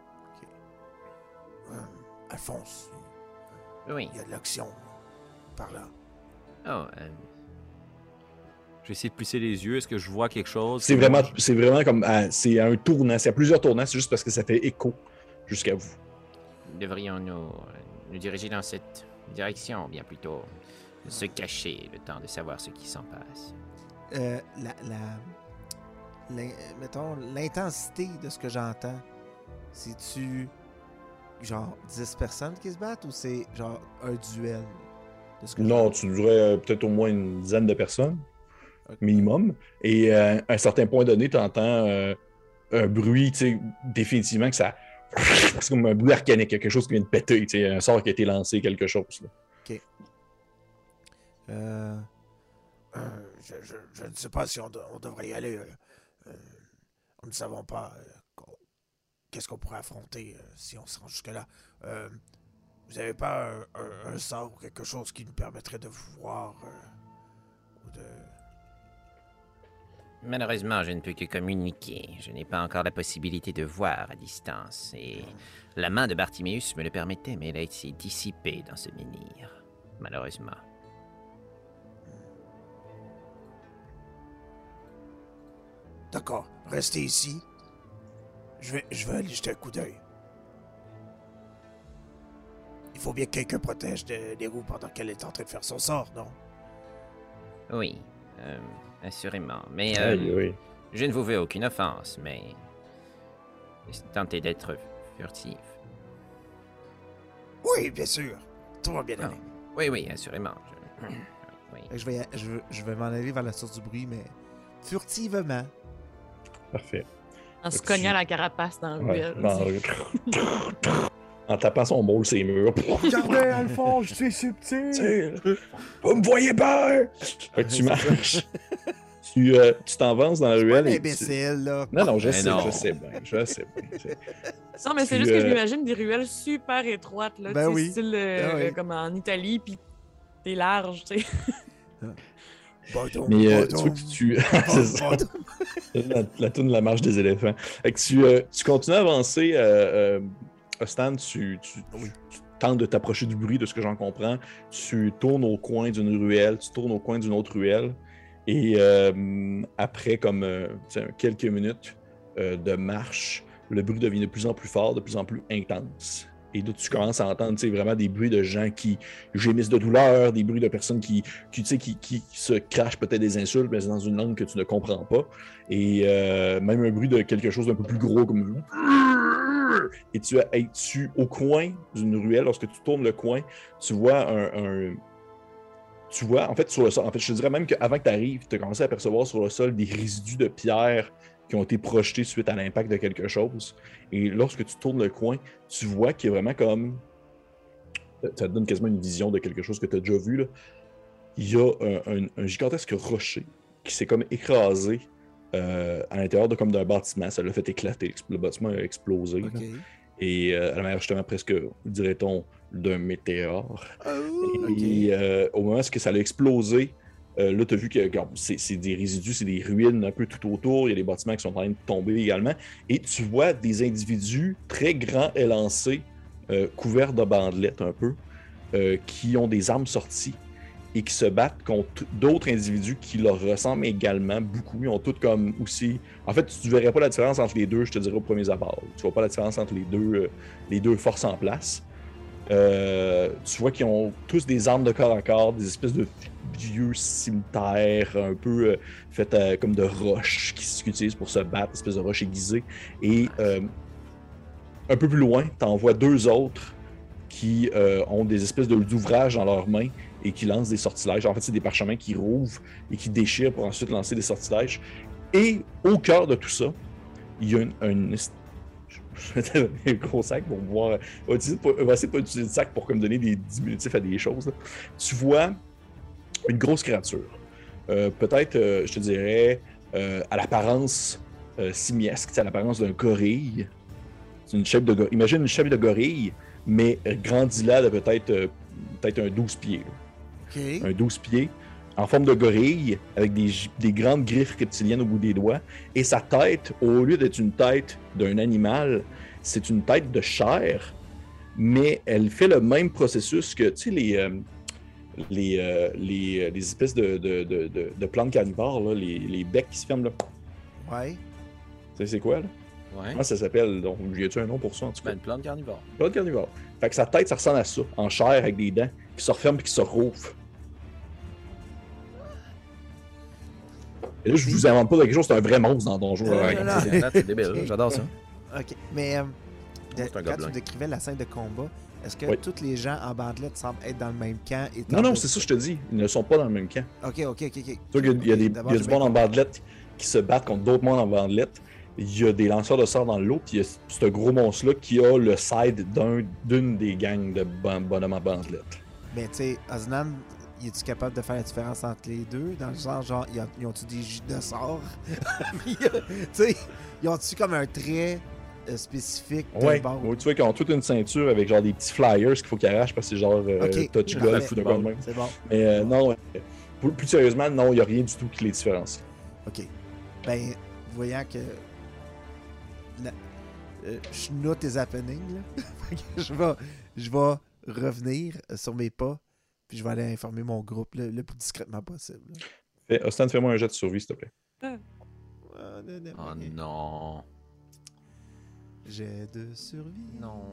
Euh, Alphonse, Oui. il y a de l'action par là. Oh, euh, Je vais essayer de plisser les yeux. Est-ce que je vois quelque chose? C'est vraiment, c'est vraiment comme... à- c'est à un tournant, c'est à plusieurs tournants, c'est juste parce que ça fait écho jusqu'à vous. devrions-nous euh, nous diriger dans cette direction, ou bien plutôt se cacher le temps de savoir ce qui s'en passe. Euh, la, la, l'in- mettons, l'intensité de ce que j'entends, c'est-tu genre dix personnes qui se battent ou c'est genre un duel? De ce que Non, j'entends? tu dirais euh, peut-être au moins une dizaine de personnes, Ok. minimum. Et euh, à un certain point donné, tu entends euh, un bruit, tu sais, définitivement que ça... C'est comme un bruit arcanique, quelque chose qui vient de péter, tu sais, un sort qui a été lancé, quelque chose. Là. Euh, euh, je, je, je ne sais pas si on, de- on devrait y aller. euh, euh, nous ne savons pas euh, qu'on- qu'est-ce qu'on pourrait affronter euh, si on se rend jusque-là. Euh, vous n'avez pas un, un- un sort ou quelque chose qui nous permettrait de vous voir euh, ou de... Malheureusement, je ne peux que communiquer. Je n'ai pas encore la possibilité de voir à distance. Et la main de Bartiméus me le permettait, mais elle a été dissipée dans ce menhir. Malheureusement. D'accord, restez ici. Je vais, je vais aller jeter un coup d'œil. Il faut bien que quelqu'un protège de- les roues pendant qu'elle est en train de faire son sort, non? Oui, euh, assurément. Mais Aïe, euh, oui. Je ne vous veux aucune offense, mais... tentez d'être furtif. Oui, bien sûr. Tout va bien Ah. aller. Oui, oui, assurément. Je... oui. Fait que Je vais, je, je vais m'en aller vers la source du bruit, mais furtivement. Parfait. En se Tu- cognant la carapace dans le Ouais, ruelle. dans- en tapant son bol ses murs. Regardez, Alphonse, je suis subtil. Vous me voyez pas! Fait que tu Ouais, c'est marches. tu euh, tu t'avances dans la Pas ruelle. un et tu- imbécile, là. Non, non, je Mais sais, non. je sais bien, je sais bien. c'est- Non, mais c'est Tu, juste que je euh, m'imagine des ruelles super étroites, là, Ben tu sais, oui. style euh, Ah oui. euh, comme en Italie, puis t'es large, tu sais. Badum, Mais euh, tu badum, vois que tu. c'est ça. badum. La, la toune de la marche des éléphants. Fait que tu, euh, tu continues à avancer, euh, euh, Ostan, tu, tu, Oui. tu tentes de t'approcher du bruit, de ce que j'en comprends. Tu tournes au coin d'une ruelle, tu tournes au coin d'une autre ruelle. Et euh, après, comme euh, tu sais, quelques minutes euh, de marche, le bruit devient de plus en plus fort, de plus en plus intense. Et là, tu commences à entendre tu sais, vraiment des bruits de gens qui gémissent de douleur, des bruits de personnes qui, qui, tu sais, qui, qui se crachent peut-être des insultes, mais c'est dans une langue que tu ne comprends pas. Et euh, même un bruit de quelque chose d'un peu plus gros, comme... Et tu es au coin d'une ruelle, lorsque tu tournes le coin, tu vois un... un- Tu vois, en fait, sur le sol, en fait, je te dirais même qu'avant que tu arrives, tu as commencé à apercevoir sur le sol des résidus de pierre qui ont été projetés suite à l'impact de quelque chose. Et lorsque tu tournes le coin, tu vois qu'il y a vraiment comme... Ça te donne quasiment une vision de quelque chose que tu as déjà vu, là. Il y a un, un- un gigantesque rocher qui s'est comme écrasé euh, à l'intérieur de, comme d'un bâtiment. Ça l'a fait éclater. Le bâtiment a explosé. là. Ok. Et euh, à la manière justement presque, dirait-on, d'un météore. Oh, Et ok. euh, au moment où ça a explosé, euh, là, tu as vu que regarde, c'est c'est des résidus, c'est des ruines un peu tout autour. Il y a des bâtiments qui sont en train de tomber également. Et tu vois des individus très grands élancés, euh, couverts de bandelettes un peu, euh, qui ont des armes sorties et qui se battent contre d'autres individus qui leur ressemblent également beaucoup. Ils ont toutes comme aussi... En fait, tu ne verrais pas la différence entre les deux, je te dirais, au premier abord. Tu ne vois pas la différence entre les deux, euh, les deux forces en place. Euh, tu vois qu'ils ont tous des armes de corps à corps, des espèces de vieux cimetières un peu euh, faites euh, comme de roches qui s'utilisent pour se battre, des espèces de roches aiguisées. Et euh, un peu plus loin, tu en vois deux autres qui euh, ont des espèces de- d'ouvrages dans leurs mains et qui lancent des sortilèges. En fait, c'est des parchemins qui rouvrent et qui déchirent pour ensuite lancer des sortilèges. Et au cœur de tout ça, il y a une... une... Je vais te donner un gros sac pour pouvoir... On va, utiliser- on va essayer de pas utiliser le sac pour comme donner des diminutifs à des choses. là. Tu vois une grosse créature. Euh, peut-être, euh, je te dirais, euh, à l'apparence euh, simiesque, à l'apparence d'un gorille. C'est une shape de gorille. Imagine une shape de gorille, mais euh, grandie-là de peut-être euh, peut-être un douze pieds. là. Ok. Un douze pieds, en forme de gorille, avec des, gi- des grandes griffes reptiliennes au bout des doigts. Et sa tête, au lieu d'être une tête d'un animal, c'est une tête de chair, mais elle fait le même processus que, tu sais, les, euh, les, euh, les, les espèces de, de, de, de- de plantes carnivores, là, les, les becs qui se ferment là. Ouais. Tu sais, c'est quoi, là? Ouais. Comment ça s'appelle? Donc, y a-tu un nom pour ça, en tout cas? Ben, une plante carnivore. Plante carnivore. Fait que sa tête, ça ressemble à ça, en chair, avec des dents, qui se referment et qui se rouvrent. Et là, je vous invente pas quelque chose, c'est un vrai monstre dans Donjon. Euh, Ouais. non, non. C'est c'est débile, Ok. j'adore ça. Ok. Mais euh, de- c'est un quand gobelin. tu décrivais la scène de combat, est-ce que Oui. tous les gens en bandelette semblent être dans le même camp? Et Non, non, c'est ça, je te dis. Ils ne sont pas dans le même camp. Ok, ok, ok, ok. Tu vois qu'il y a, il y a des- il y a du monde en bandelette qui se battent contre d'autres mondes en bandelette. Il y a des lanceurs de sorts dans l'eau, puis il y a ce gros monstre-là qui a le side d'un- d'une des gangs de bon- bonhommes en bandelette. Mais tu sais, Osnan, es-tu capable de faire la différence entre les deux? Dans le genre, genre, ils ont- ils ont-tu des gîtes de sorts? Puis, euh, tu sais, ils ont-tu comme un trait euh, spécifique de Ouais, base? ouais, tu vois qu'ils ont toute une ceinture avec genre des petits flyers qu'il faut qu'ils arrachent parce que c'est genre euh, Ok, touch parfait. golf ou de quoi de même. C'est bon. Mais euh, non, ouais. Plus, plus sérieusement, non, il n'y a rien du tout qui les différencie. Ok. Ben, voyant que. la- euh, je note tes happenings, là. Fait que je vais, je vais revenir sur mes pas, puis je vais aller informer mon groupe le, le plus discrètement possible. là. Fais, Austin, fais-moi un jet de survie, s'il te plaît. Ah, non, non, Oh ok. non. J'ai de survie. Non.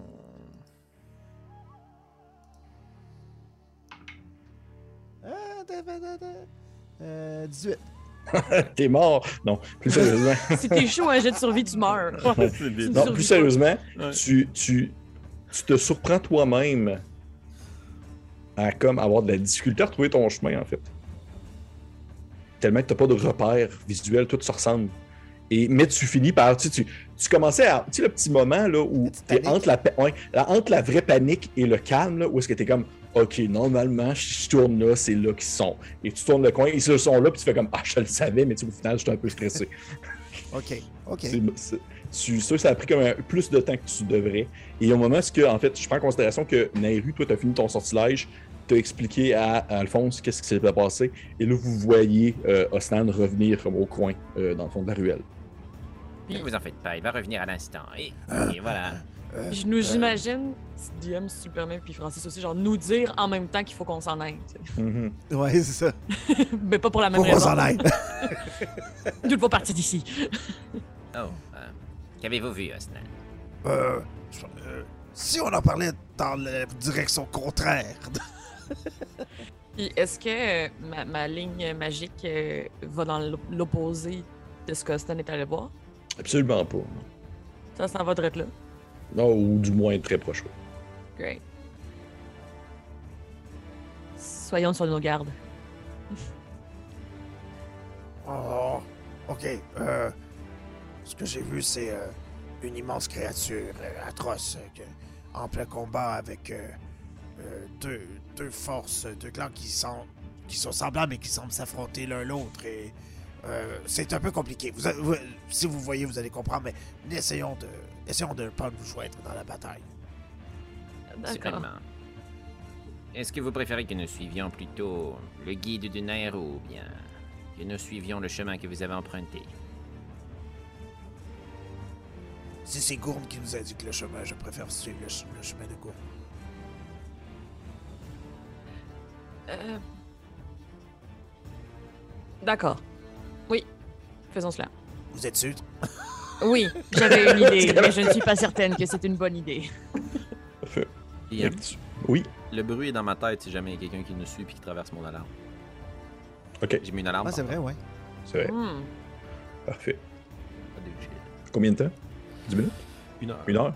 Ah, da, da, da, da. Euh, dix-huit. T'es mort. Non, plus sérieusement. Si t'es chaud, un jet de survie, tu meurs. C'est des- Non, plus sérieusement, Ouais. tu, tu, tu te surprends toi-même à comme avoir de la difficulté à retrouver ton chemin, en fait. Tellement que t'as pas de repères visuels, tout se ressemble. Et, mais tu finis par... Tu, tu, tu commençais à... Tu sais, le petit moment là, où Petite t'es panique. entre la, pa- ouais, la- entre la vraie panique et le calme, là, où est-ce que t'es comme... OK, normalement, si je tourne là, c'est là qu'ils sont. Et tu tournes le coin, ils sont là, puis tu fais comme... Ah, je le savais, mais tu sais, au final, j'étais un peu stressé. OK, OK. C'est- c'est- tu- ça, ça a pris comme un- plus de temps que tu devrais. Et au moment où, que, en fait, je prends en considération que Nairu, toi, tu as fini ton sortilège, tu as expliqué à, à Alphonse qu'est-ce qui s'est passé, et là, vous voyez euh, Osnan revenir comme au coin, euh, dans le fond de la ruelle. Ne vous en faites pas, il va revenir à l'instant. Et, et voilà. Euh, Je nous j'imagine, D M, si tu le permets, puis Francis aussi, genre nous dire en même temps qu'il faut qu'on s'en aille. tu sais. Mhm. Ouais, c'est ça. Mais pas pour la même Faut qu'on raison. s'en aille. Nous ne pas partir d'ici. Oh, euh, qu'avez-vous vu, Osnan? Euh, je- euh, si on en parlait dans la direction contraire. Puis est-ce que euh, ma, ma ligne magique euh, va dans l'op- l'opposé de ce que Stan est allé voir? Absolument pas. Ça s'en va direct là. Non, ou du moins très proche. ouais. Great. Soyons sur nos gardes. Oh, ok. Euh, ce que j'ai vu, c'est euh, une immense créature euh, atroce euh, que- en plein combat avec euh, euh, deux, deux forces, deux clans qui sont, qui sont semblables et qui semblent s'affronter l'un l'autre. Et euh, c'est un peu compliqué. Vous, a- vous- si vous voyez, vous allez comprendre, mais essayons de, essayons de ne pas nous joindre dans la bataille. D'accord. Certainement. Est-ce que vous préférez que nous suivions plutôt le guide de Nairo ou bien que nous suivions le chemin que vous avez emprunté? Si c'est Gourne qui nous indique le chemin, je préfère suivre le, ch- le chemin de Gourne. Euh... D'accord. Oui. Faisons cela. Vous êtes sûr? Oui, j'avais une idée, mais je ne suis pas certaine que c'est une bonne idée. Parfait. Et, euh, Oui, le bruit est dans ma tête si jamais il y a quelqu'un qui nous suit puis qui traverse mon alarme. ok, J'ai mis une alarme. Ah, c'est pardon. vrai, ouais. c'est vrai. Hmm. Parfait. Pas de shit. Combien de temps? dix minutes? Une heure. Une heure?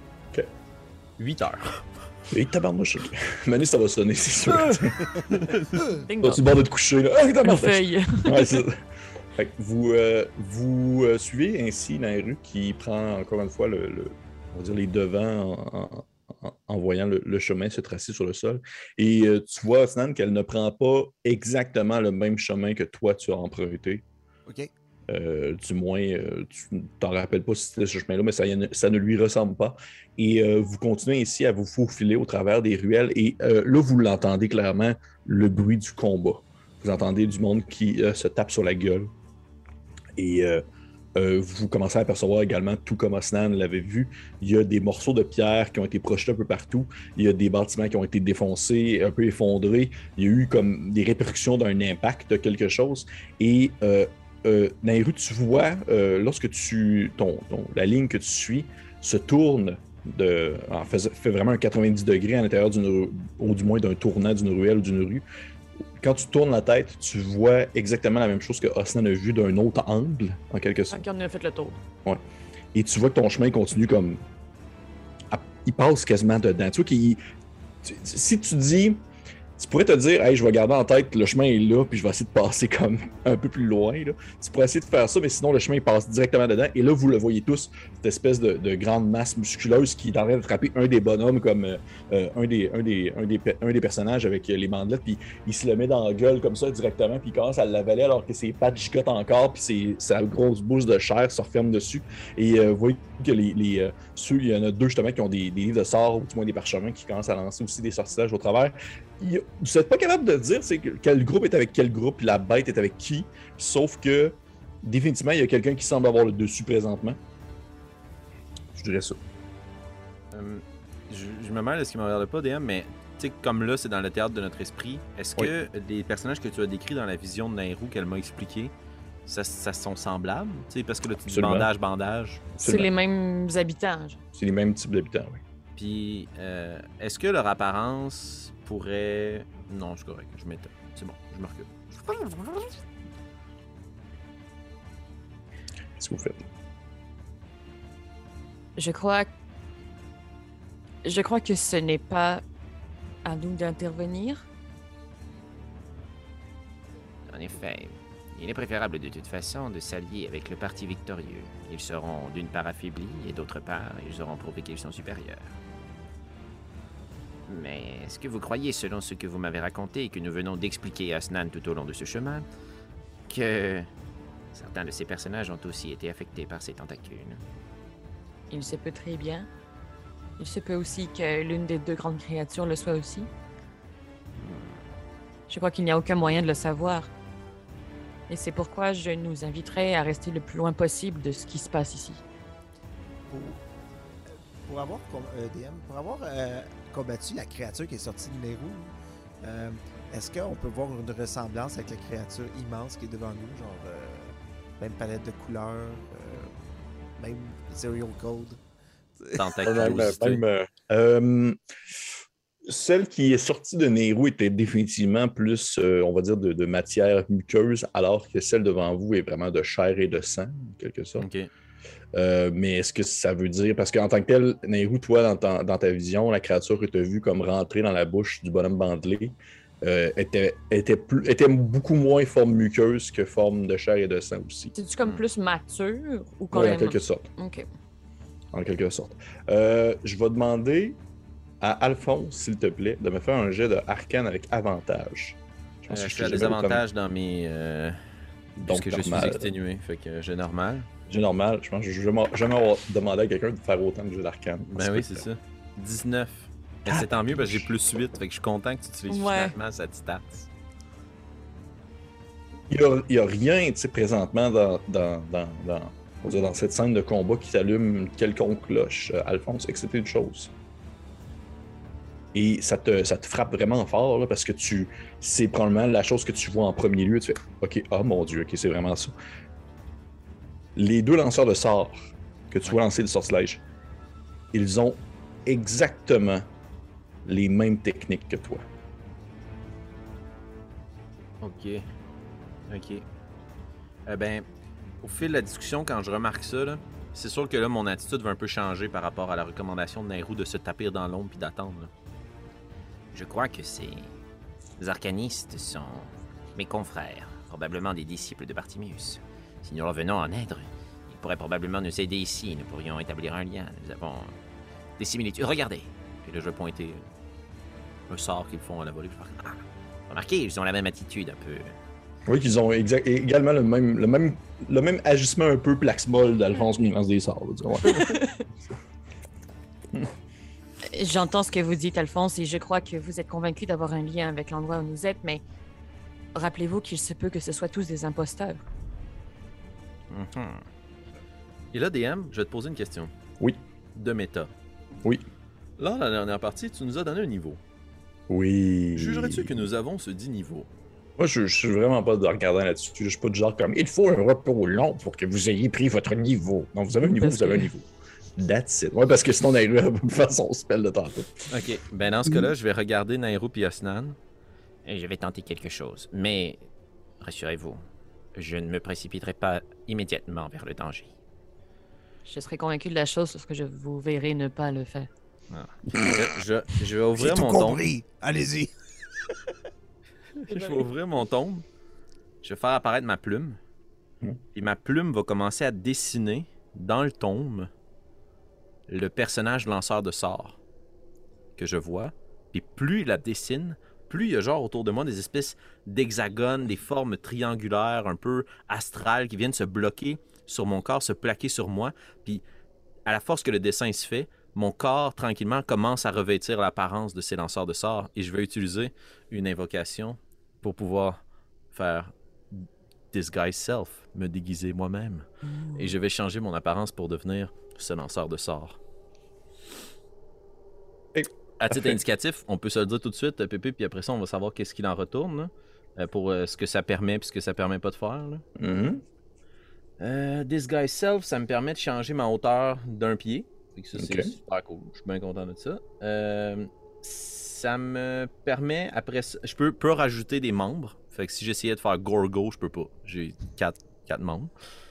Huit heures. Et tabarnouche. Manu, ça va sonner, c'est sûr. Ding Toi, dong. tu bord de te coucher, là. Ah, Une tabarnouche. feuille. Ouais, c'est ça. Fait que vous, euh, vous euh, suivez ainsi Nairu qui prend encore une fois le, le- on va dire les devants en, en- en- en voyant le, le chemin se tracer sur le sol. Et euh, tu vois, Osnan, qu'elle ne prend pas exactement le même chemin que toi tu as emprunté. OK. Euh, du moins, euh, tu ne t'en rappelles pas si c'était ce chemin-là, mais ça, y en a- ça ne lui ressemble pas. Et euh, vous continuez ainsi à vous faufiler au travers des ruelles. Et euh, là, vous l'entendez clairement, le bruit du combat. Vous entendez du monde qui euh, se tape sur la gueule. Et euh, euh, vous commencez à apercevoir également, tout comme Osnan l'avait vu, il y a des morceaux de pierre qui ont été projetés un peu partout. Il y a des bâtiments qui ont été défoncés, un peu effondrés. Il y a eu comme des répercussions d'un impact de quelque chose. Et euh, euh, Nairu, tu vois, euh, lorsque tu, ton, ton- la ligne que tu suis se tourne, de, en fait, fait vraiment un quatre-vingt-dix degrés à l'intérieur d'une ru- ou du moins d'un tournant d'une ruelle ou d'une rue. Quand tu tournes la tête, tu vois exactement la même chose que Osnan a vu d'un autre angle, en quelque sorte. Ok, on a fait le tour. Et tu vois que ton chemin continue comme... à- il passe quasiment dedans. Tu vois qu'il... tu- Si tu dis... Tu pourrais te dire, hey, je vais garder en tête, le chemin est là, puis je vais essayer de passer comme un peu plus loin. Là. Tu pourrais essayer de faire ça, mais sinon, le chemin il passe directement dedans. Et là, vous le voyez tous, cette espèce de, de grande masse musculeuse qui est en train de frapper un des bonhommes comme euh, euh, un, des, un, des, un, des, pe- un des personnages avec euh, les bandelettes, puis il se le met dans la gueule comme ça directement, puis il commence à l'avaler alors que ses pattes gigotent encore, puis ses- sa grosse bouche de chair se referme dessus. Et euh, vous voyez que les, les, euh, ceux, il y en a deux justement qui ont des, des livres de sorts, ou du moins des parchemins, qui commencent à lancer aussi des sortilèges au travers. Il- vous n'êtes pas capable de dire c'est que- quel groupe est avec quel groupe, puis la bête est avec qui, sauf que définitivement, il y a quelqu'un qui semble avoir le dessus présentement. Je dirais ça. Euh, je, je me mêle de ce qui me regarde pas, D M, mais tu sais, comme là, c'est dans le théâtre de notre esprit, est-ce que les personnages que tu as décrits dans la vision de Nairou qu'elle m'a expliqué, ça, ça sont semblables? Tu sais, parce que là, tu dis Absolument. bandage, bandage. C'est Absolument. les mêmes habitants. genre. C'est les mêmes types d'habitants, oui. Puis, euh, est-ce que leur apparence pourrait. Non, c'est correct, je m'étais. C'est bon, je me recule. Qu'est-ce que vous faites? Je crois... Je crois que ce n'est pas à nous d'intervenir. En effet, il est préférable de toute façon de s'allier avec le parti victorieux. Ils seront d'une part affaiblis et d'autre part, ils auront prouvé qu'ils sont supérieurs. Mais est-ce que vous croyez, selon ce que vous m'avez raconté et que nous venons d'expliquer à Snan tout au long de ce chemin, que certains de ces personnages ont aussi été affectés par ces tentacules? Il se peut très bien. Il se peut aussi que l'une des deux grandes créatures le soit aussi. Je crois qu'il n'y a aucun moyen de le savoir. Et c'est pourquoi je nous inviterai à rester le plus loin possible de ce qui se passe ici. Pour, pour avoir, com- euh, D M, pour avoir euh, combattu la créature qui est sortie de Nehru, euh, est-ce qu'on peut voir une ressemblance avec la créature immense qui est devant nous, genre euh, même palette de couleurs, euh, même serial code? Tentaculaire. Même, euh, euh, celle qui est sortie de Nehru était définitivement plus, euh, on va dire, de, de matière muqueuse, alors que celle devant vous est vraiment de chair et de sang, en quelque sorte. OK. Euh, mais est-ce que ça veut dire... Parce qu'en tant que tel, Nehru, toi, dans ta, dans ta vision, la créature que tu as vue comme rentrer dans la bouche du bonhomme bandelé euh, était, était, plus, était beaucoup moins forme muqueuse que forme de chair et de sang aussi. C'est-tu comme Hmm. plus mature ou quand Oui, en même... quelque sorte. OK. En quelque sorte. Euh, je vais demander à Alphonse, s'il te plaît, de me faire un jet de arcane avec avantage. Je, pense euh, que je suis à jamais des autant- avantages dans mes... Euh, Donc, puisque je suis normal. exténué, fait que j'ai normal. J'ai normal. Je pense que je vais jamais- jamais avoir demandé à quelqu'un de faire autant de jets d'arcane. Ben oui, c'est ça. dix-neuf. Mais c'est tant mieux parce que j'ai plus huit, fait que je suis content que tu utilises Ouais. finalement cette stat. Il n'y a, a rien, tu sais, présentement dans, dans, dans, dans, on va dire dans cette scène de combat qui t'allume une quelconque cloche, euh, Alphonse, excepté une chose. Et ça te, ça te frappe vraiment fort, là, parce que tu, c'est probablement la chose que tu vois en premier lieu. Tu fais, OK, oh mon Dieu, OK, c'est vraiment ça. Les deux lanceurs de sorts que tu vois lancer le sortilège, ils ont exactement les mêmes techniques que toi. Ok. Ok. Eh ben, au fil de la discussion, quand je remarque ça, là, c'est sûr que là, mon attitude va un peu changer par rapport à la recommandation de Nehru de se taper dans l'ombre puis d'attendre. là. Je crois que ces arcanistes sont mes confrères, probablement des disciples de Bartimius. Si nous revenons en aide, ils pourraient probablement nous aider ici. Nous pourrions établir un lien. Nous avons des similitudes. Regardez. Puis là, je vais pointer un sort qu'ils font à la volée. Je vais faire, Ah, remarquez, ils ont la même attitude un peu. Oui, qu'ils ont exact, également le même, le, même, le même agissement un peu plaxmol d'Alphonse quand il lance des sorts. Disons, ouais. J'entends ce que vous dites, Alphonse, et je crois que vous êtes convaincu d'avoir un lien avec l'endroit où nous êtes, mais rappelez-vous qu'il se peut que ce soit tous des imposteurs. Mhm. Et là, D M, je vais te poser une question. Oui. De méta. Oui. Là, dans la dernière partie, tu nous as donné un niveau. Oui. Jugerais-tu que nous avons ce dit niveau? Moi, je, je suis vraiment pas de regardant là-dessus. Je suis pas du genre comme il faut un repos long pour que vous ayez pris votre niveau. Non, vous avez un niveau, Parce vous avez que- un niveau. That's it. Ouais, parce que sinon, on arrive à faire son spell de tantôt. Ok. Ben, dans ce cas-là, je vais regarder Nehru puis Osnan. Et je vais tenter quelque chose. Mais, rassurez-vous, je ne me précipiterai pas immédiatement vers le danger. Je serai convaincu de la chose lorsque je vous verrai ne pas le faire. Je, je, je vais J'ai ouvrir tout mon tombe. compris. Allez-y. Je vais ouvrir mon tombe. Je vais faire apparaître ma plume. Hmm. Et ma plume va commencer à dessiner dans le tombe le personnage lanceur de sorts que je vois. Puis plus il la dessine, plus il y a genre autour de moi des espèces d'hexagones, des formes triangulaires un peu astrales qui viennent se bloquer sur mon corps, se plaquer sur moi. Puis à la force que le dessin se fait, mon corps tranquillement commence à revêtir l'apparence de ces lanceurs de sorts. Et je vais utiliser une invocation pour pouvoir faire Disguise Self, me déguiser moi-même. Et je vais changer mon apparence pour devenir ce lanceur de sorts. Et- À titre parfait. indicatif, on peut se le dire tout de suite, euh, Pépé, puis après ça, on va savoir qu'est-ce qu'il en retourne, là, euh, pour euh, ce que ça permet et ce que ça permet pas de faire. Là. Mhm. Euh, Disguise Self, ça me permet de changer ma hauteur d'un pied. Fait que ça, c'est Ok. super cool. Je suis bien content de ça. Euh, ça me permet, après ça, je peux, peux rajouter des membres. Fait que si j'essayais de faire Gorgo, je peux pas. J'ai quatre, quatre membres.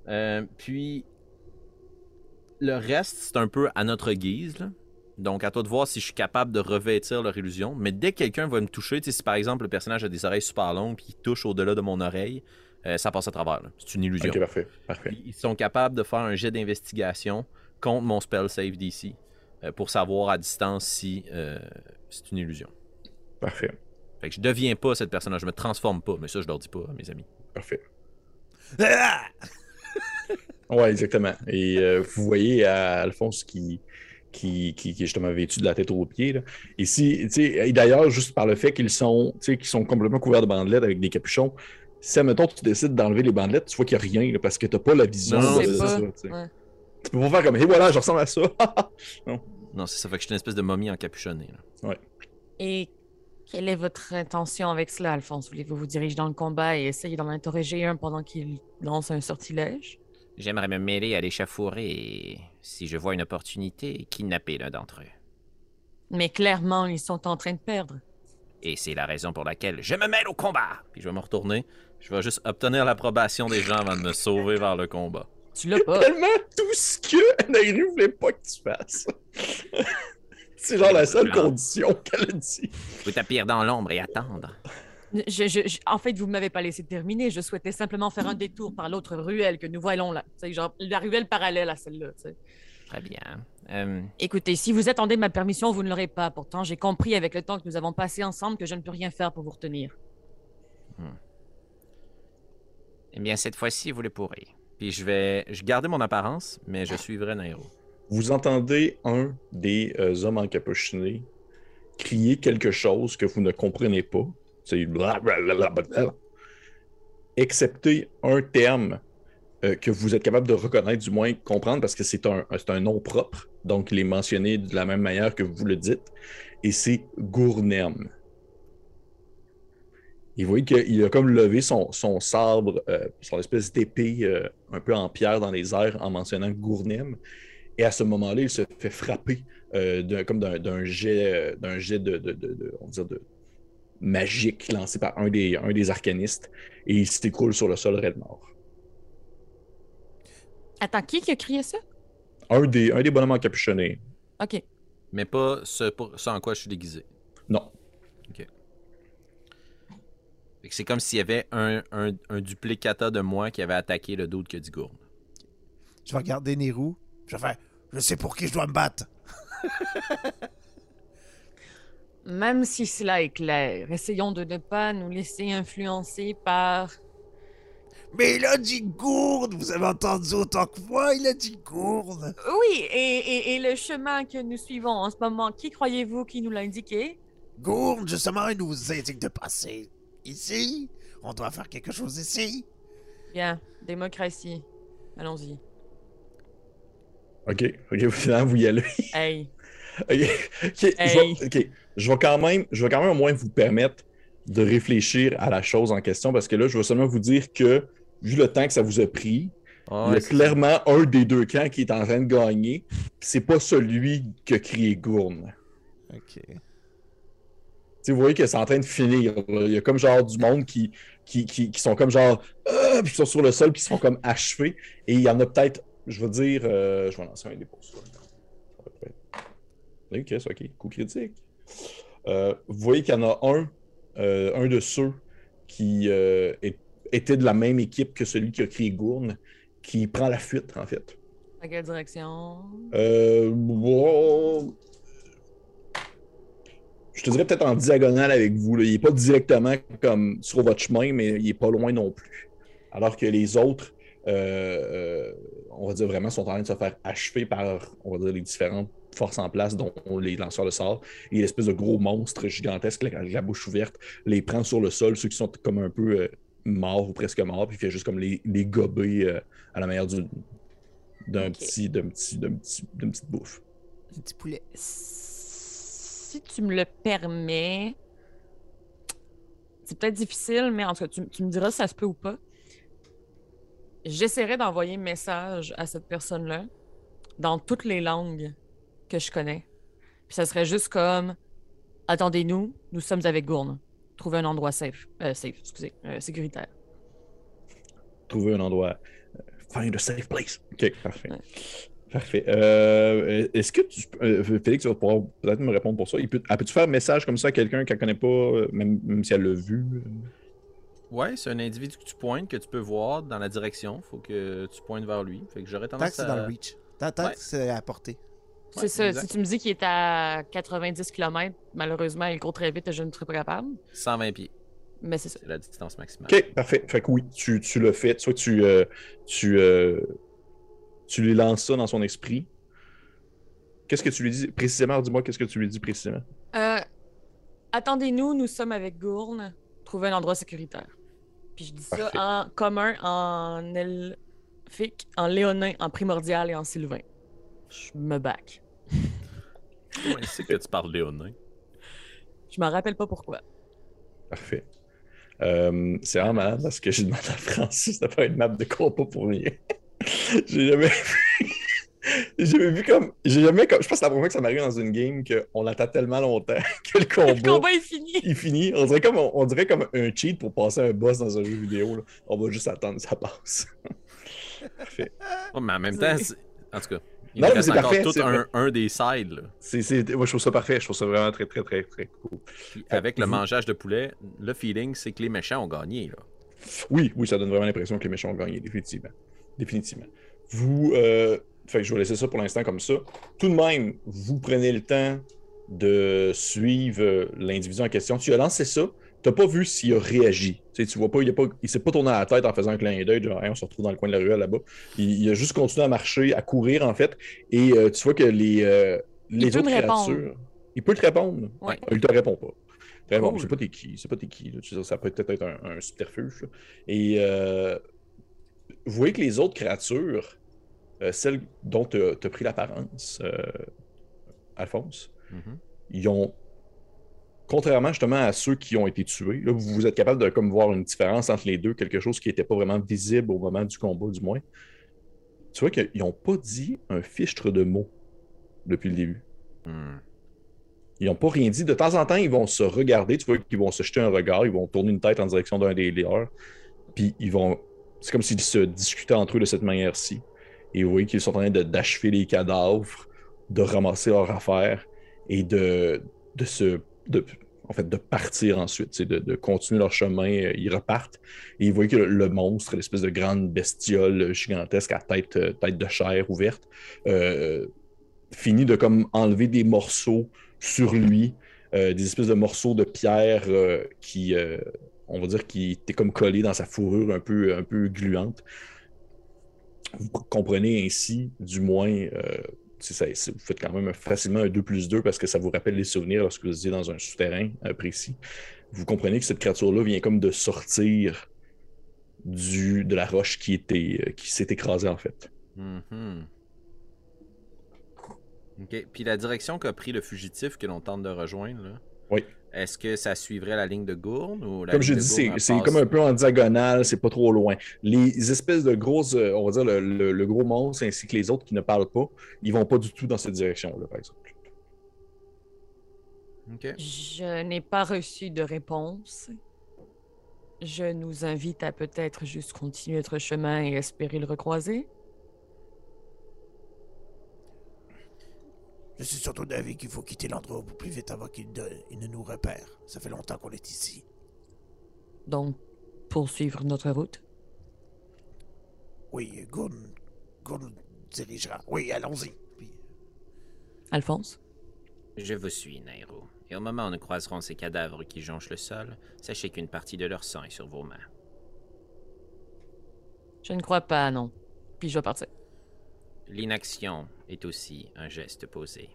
Euh, puis, le reste, c'est un peu à notre guise, là. Donc, à toi de voir si je suis capable de revêtir leur illusion. Mais dès que quelqu'un va me toucher, si par exemple le personnage a des oreilles super longues puis il touche au-delà de mon oreille, euh, ça passe à travers. là. C'est une illusion. Ok, parfait. parfait. Puis, ils sont capables de faire un jet d'investigation contre mon spell save D C euh, pour savoir à distance si euh, c'est une illusion. Parfait. Fait que je deviens pas cette personne-là, je me transforme pas, mais ça, je leur dis pas à mes amis. Parfait. Ah! Ouais, exactement. Et euh, vous voyez à Alphonse qui, qui, qui, qui est justement vêtu de la tête aux pieds. Là. Ici, tu sais, et d'ailleurs, juste par le fait qu'ils sont, tu sais, qu'ils sont complètement couverts de bandelettes avec des capuchons, si, admettons, tu décides d'enlever les bandelettes, tu vois qu'il n'y a rien là, parce que tu n'as pas la vision Non, de, c'est de pas. ça. Tu sais. Ouais. Tu peux pas faire comme, hé, voilà, je ressemble à ça. non. Non, c'est ça, fait que je suis une espèce de momie encapuchonnée. Là. Et quelle est votre intention avec cela, Alphonse? Voulez-vous vous diriger dans le combat et essayer d'en interroger un pendant qu'il lance un sortilège? J'aimerais me mêler à l'échafaudée et, si je vois une opportunité, kidnapper l'un d'entre eux. Mais clairement, ils sont en train de perdre. Et c'est la raison pour laquelle je me mêle au combat. Puis je vais me retourner, je vais juste obtenir l'approbation des gens avant de me sauver vers le combat. Tu l'as pas. Tellement tout ce que Nairu voulait pas que tu fasses. C'est genre la seule condition qu'elle a dit. Vous tapir dans l'ombre et attendre. Je, je, je- en fait, vous ne m'avez pas laissé terminer. Je souhaitais simplement faire un détour par l'autre ruelle que nous voyons là. Tu sais, genre la ruelle parallèle à celle-là. tu sais. Très bien. Euh, Écoutez, si vous attendez ma permission, vous ne l'aurez pas. Pourtant, j'ai compris avec le temps que nous avons passé ensemble que je ne peux rien faire pour vous retenir. eh bien, cette fois-ci, vous le pourrez. Puis je vais je garder mon apparence, mais je suivrai Nairo. Vous entendez un des euh, hommes encapuchonnés crier quelque chose que vous ne comprenez pas. C'est blablabla. Excepté un terme euh, que vous êtes capable de reconnaître, du moins comprendre, parce que c'est un, c'est un nom propre. Donc, il est mentionné de la même manière que vous le dites. Et c'est Gournem. Et vous voyez qu'il a comme levé son, son sabre, euh, son espèce d'épée euh, un peu en pierre dans les airs en mentionnant Gournem. Et à ce moment-là, il se fait frapper euh, d'un, comme d'un, d'un jet, euh, d'un jet de, de, de, de, on va dire de magique lancé par un des, un des arcanistes. Et il s'écroule sur le sol raide mort. Attends, qui qui a crié ça? Un des, un des bonhommes encapuchonnés. OK. Mais pas ce, pour, ce en quoi je suis déguisé. Non. Fait que c'est comme s'il y avait un, un, un duplicata de moi qui avait attaqué le dos de Kedigourne. Je vais regarder Nehru. Je vais faire, je sais pour qui je dois me battre. Même si cela est clair, essayons de ne pas nous laisser influencer par... Mais il a dit gourde, vous avez entendu autant que moi, il a dit gourde. Oui, et, et, et le chemin que nous suivons en ce moment, qui croyez-vous qui nous l'a indiqué? Gourde, justement, il nous indique de passer ici. On doit faire quelque chose ici. Bien, démocratie. Allons-y. OK. OK, finalement, vous y allez. Hey. OK. OK. Hey. Je vais, OK. Je vais quand même, je vais quand même au moins vous permettre de réfléchir à la chose en question parce que là, je vais seulement vous dire que, vu le temps que ça vous a pris, Oh, il y a c'est- clairement un des deux camps qui est en train de gagner. Puis c'est pas celui qui a crié Gourne. OK. Tu sais, vous voyez que c'est en train de finir. Là. Il y a comme genre du monde qui, qui, qui, qui sont comme genre ah, puis qui sont sur le sol, puis qui se font comme achevés. Et il y en a peut-être, je veux dire, euh, je vais lancer un dé pour ça. Ok, c'est ok. Coup critique. Euh, vous voyez qu'il y en a un, euh, un de ceux qui euh, est- était de la même équipe que celui qui a crié Gourne, qui prend la fuite, en fait. À quelle direction? Euh, bon, je te dirais peut-être en diagonale avec vous. Là. Il n'est pas directement comme sur votre chemin, mais il n'est pas loin non plus. Alors que les autres, euh, euh, on va dire vraiment, sont en train de se faire achever par, on va dire, les différentes forces en place, dont les lanceurs de sorts. Et l'espèce de gros monstre gigantesque avec la, la bouche ouverte les prend sur le sol, ceux qui sont comme un peu euh, morts ou presque morts, puis il fait juste comme les, les gober euh, à la manière du, d'un, Ok. petit, d'un, petit, d'un petit, d'une petite bouffe. Un petit poulet. Si tu me le permets, c'est peut-être difficile, mais en tout cas, tu, tu me diras si ça se peut ou pas. J'essaierai d'envoyer un message à cette personne-là dans toutes les langues que je connais. Puis ça serait juste comme attendez-nous, nous sommes avec Gourne. Trouvez un endroit safe. Euh, safe, excusez, euh, sécuritaire. Trouver un endroit euh, Find a safe place. OK, parfait. Ouais. Parfait. Euh, est-ce que tu, euh, Félix, tu vas pouvoir peut-être me répondre pour ça? Il peut, elle peut-tu faire un message comme ça à quelqu'un qu'elle ne connaît pas, même, même si elle l'a vu? Ouais, c'est un individu que tu pointes, que tu peux voir dans la direction. Faut que tu pointes vers lui. Fait que j'aurais tendance tant que à... c'est dans le reach. Tant, tant ouais. que c'est à portée. C'est ouais, ça. exact. Si tu me dis qu'il est à quatre-vingt-dix kilomètres, malheureusement, il court très vite et je ne serai pas capable. cent vingt pieds. Mais c'est ça. C'est la distance maximale. OK, parfait. Fait que oui, tu, tu le fais. Soit tu, euh, tu, euh, tu lui lances ça dans son esprit. Qu'est-ce que tu lui dis précisément? Dis-moi, qu'est-ce que tu lui dis précisément? Euh, attendez-nous, nous sommes avec Gourne. Trouvez un endroit sécuritaire. Puis je dis Parfait. ça en commun, en elfique, en léonin, en primordial et en sylvain. Je me back. Comment c'est que tu parles léonin? Je m'en rappelle pas pourquoi. Parfait. Euh, c'est vraiment malade parce que j'ai demandé à Francis de faire une map de compas pour rien. J'ai jamais vu. J'ai jamais vu comme. J'ai jamais comme. Je pense que c'est la première fois que ça m'arrive dans une game qu'on attend tellement longtemps que le combat. Le combat est fini. Il finit. On dirait comme, on dirait comme un cheat pour passer un boss dans un jeu vidéo. Là. On va juste attendre que ça passe. Parfait. Oh, mais en même temps, c'est... en tout cas, il non, reste mais encore parfait, tout un, un des sides. Là. C'est, c'est... Moi, je trouve ça parfait. Je trouve ça vraiment très, très, très, très cool. Puis avec le mangeage de poulet, le feeling, c'est que les méchants ont gagné. Là. Oui, oui, ça donne vraiment l'impression que les méchants ont gagné, définitivement. Définitivement. Vous. Euh... Fait que je vais laisser ça pour l'instant comme ça. Tout de même, vous prenez le temps de suivre l'individu en question. Tu as lancé ça, tu n'as pas vu s'il a réagi. Tu sais, tu vois pas, il ne s'est pas tourné à la tête en faisant un clin d'œil, genre hey, on se retrouve dans le coin de la ruelle là-bas. Il, il a juste continué à marcher, à courir en fait. Et euh, tu vois que les, euh, les autres créatures. Répondre. Il peut te répondre. Ouais. Il te répond pas. Très cool. bon, c'est pas t'es qui, c'est pas t'es qui. Là. Tu sais, ça peut peut-être être un, un subterfuge. Là. Et euh, vous voyez que les autres créatures. Euh, celles dont tu as pris l'apparence, euh, Alphonse, mm-hmm. ils ont, contrairement justement à ceux qui ont été tués, là, vous, vous êtes capable de comme, voir une différence entre les deux, quelque chose qui n'était pas vraiment visible au moment du combat, du moins. Tu vois qu'ils n'ont pas dit un fichtre de mots depuis le début. Mm. Ils n'ont pas rien dit. De temps en temps, ils vont se regarder, tu vois qu'ils vont se jeter un regard, ils vont tourner une tête en direction d'un des leurs, puis ils vont... C'est comme s'ils se discutaient entre eux de cette manière-ci. Et vous voyez qu'ils sont en train de, d'achever les cadavres, de ramasser leurs affaires et de, de se, de, en fait, de partir ensuite, de, de continuer leur chemin. Ils repartent et vous voyez que le, le monstre, l'espèce de grande bestiole gigantesque à tête, tête de chair ouverte, euh, finit de comme enlever des morceaux sur lui, euh, des espèces de morceaux de pierre euh, qui, euh, on va dire, qui étaient comme collés dans sa fourrure un peu, un peu gluante. Vous comprenez ainsi, du moins, euh, ça, vous faites quand même facilement un deux plus deux parce que ça vous rappelle les souvenirs lorsque vous étiez dans un souterrain euh, précis. Vous comprenez que cette créature-là vient comme de sortir du, de la roche qui, était, euh, qui s'est écrasée, en fait. Mm-hmm. OK. Puis la direction qu'a pris le fugitif que l'on tente de rejoindre, là, oui. Est-ce que ça suivrait la ligne de Gourne ou la Comme ligne je dis, c'est, passe... c'est comme un peu en diagonale, c'est pas trop loin. Les espèces de grosses, on va dire le, le, le gros monstre ainsi que les autres qui ne parlent pas, ils vont pas du tout dans cette direction-là, par exemple. OK. Je n'ai pas reçu de réponse. Je nous invite à peut-être juste continuer notre chemin et espérer le recroiser. Je suis surtout d'avis qu'il faut quitter l'endroit au plus vite avant qu'il de... il ne nous repère. Ça fait longtemps qu'on est ici. Donc, poursuivre notre route? Oui, Gun, Gun dirigera. Oui, allons-y. Puis... Alphonse? Je vous suis, Nairo. Et au moment où nous croiserons ces cadavres qui jonchent le sol, sachez qu'une partie de leur sang est sur vos mains. Je ne crois pas, non. Puis je vais partir. L'inaction est aussi un geste posé.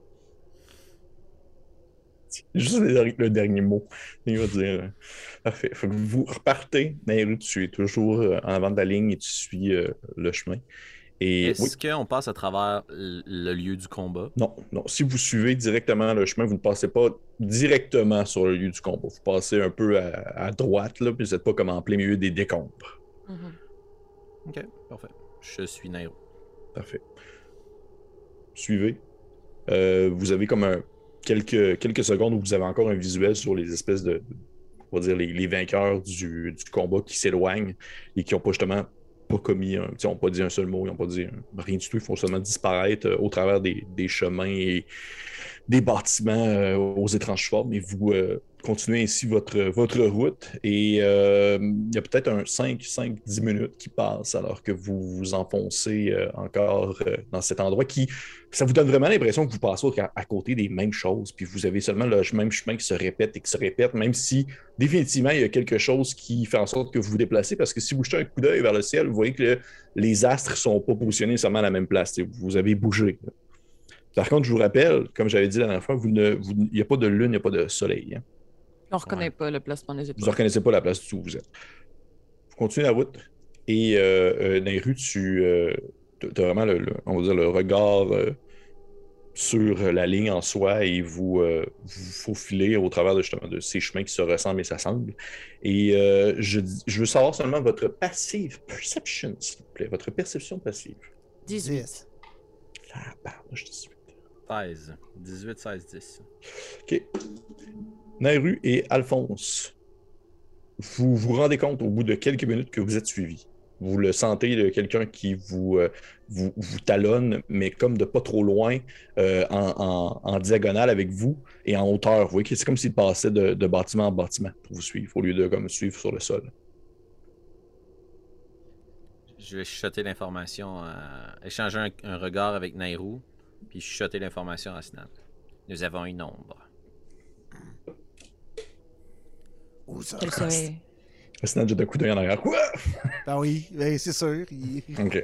Juste le, le dernier mot. Il va dire. Euh, parfait. Faut que vous repartez. Nairo, tu es toujours euh, en avant de la ligne et tu suis euh, le chemin. Et, Est-ce oui. qu'on passe à travers le lieu du combat? Non, non. Si vous suivez directement le chemin, vous ne passez pas directement sur le lieu du combat. Vous passez un peu à, à droite, là, puis vous n'êtes pas comme en plein milieu des décombres. Mm-hmm. OK, parfait. Je suis Nairo. Parfait. Suivez. Euh, vous avez comme un, quelques, quelques secondes où vous avez encore un visuel sur les espèces de, on va dire, les, les vainqueurs du, du combat qui s'éloignent et qui n'ont pas justement pas commis, un, ils n'ont pas dit un seul mot, ils n'ont pas dit un, rien du tout, ils font seulement disparaître euh, au travers des, des chemins et des bâtiments euh, aux étranges formes, et vous euh, continuez ainsi votre, votre route, et euh, il y a peut-être un cinq dix minutes qui passent alors que vous vous enfoncez euh, encore euh, dans cet endroit qui, ça vous donne vraiment l'impression que vous passez à, à côté des mêmes choses, puis vous avez seulement le même chemin qui se répète et qui se répète, même si définitivement il y a quelque chose qui fait en sorte que vous vous déplacez, parce que si vous jetez un coup d'œil vers le ciel, vous voyez que le, les astres ne sont pas positionnés seulement à la même place, vous avez bougé. Par contre, je vous rappelle, comme j'avais dit la dernière fois, il n'y a pas de lune, il n'y a pas de soleil. Hein. On ne reconnaît Ouais. pas le placement des Vous étoiles. ne reconnaissez pas la place où vous êtes. Vous continuez la route et euh, euh, dans les rues, tu euh, as vraiment le, le, on va dire, le regard euh, sur la ligne en soi et vous, euh, vous faufilez au travers de, justement, de ces chemins qui se ressemblent et s'assemblent. Et euh, je, je veux savoir seulement votre passive perception, s'il vous plaît, votre perception passive. dix-huit. Ah, pardon, je dis seize. dix-huit, seize, dix. OK. Nairu et Alphonse, vous vous rendez compte au bout de quelques minutes que vous êtes suivis. Vous le sentez de quelqu'un qui vous, euh, vous, vous talonne, mais comme de pas trop loin, euh, en, en, en diagonale avec vous et en hauteur. Vous voyez que c'est comme s'il passait de, de bâtiment en bâtiment pour vous suivre, au lieu de comme suivre sur le sol. Je vais chuchoter l'information, euh, échanger un, un regard avec Nairou, puis chuchoter l'information à Snap. Nous avons une ombre. Où ça? Quel serait... Sinon, j'ai un coup d'œil en arrière. Quoi? Ben oui, ben c'est sûr. Il... OK.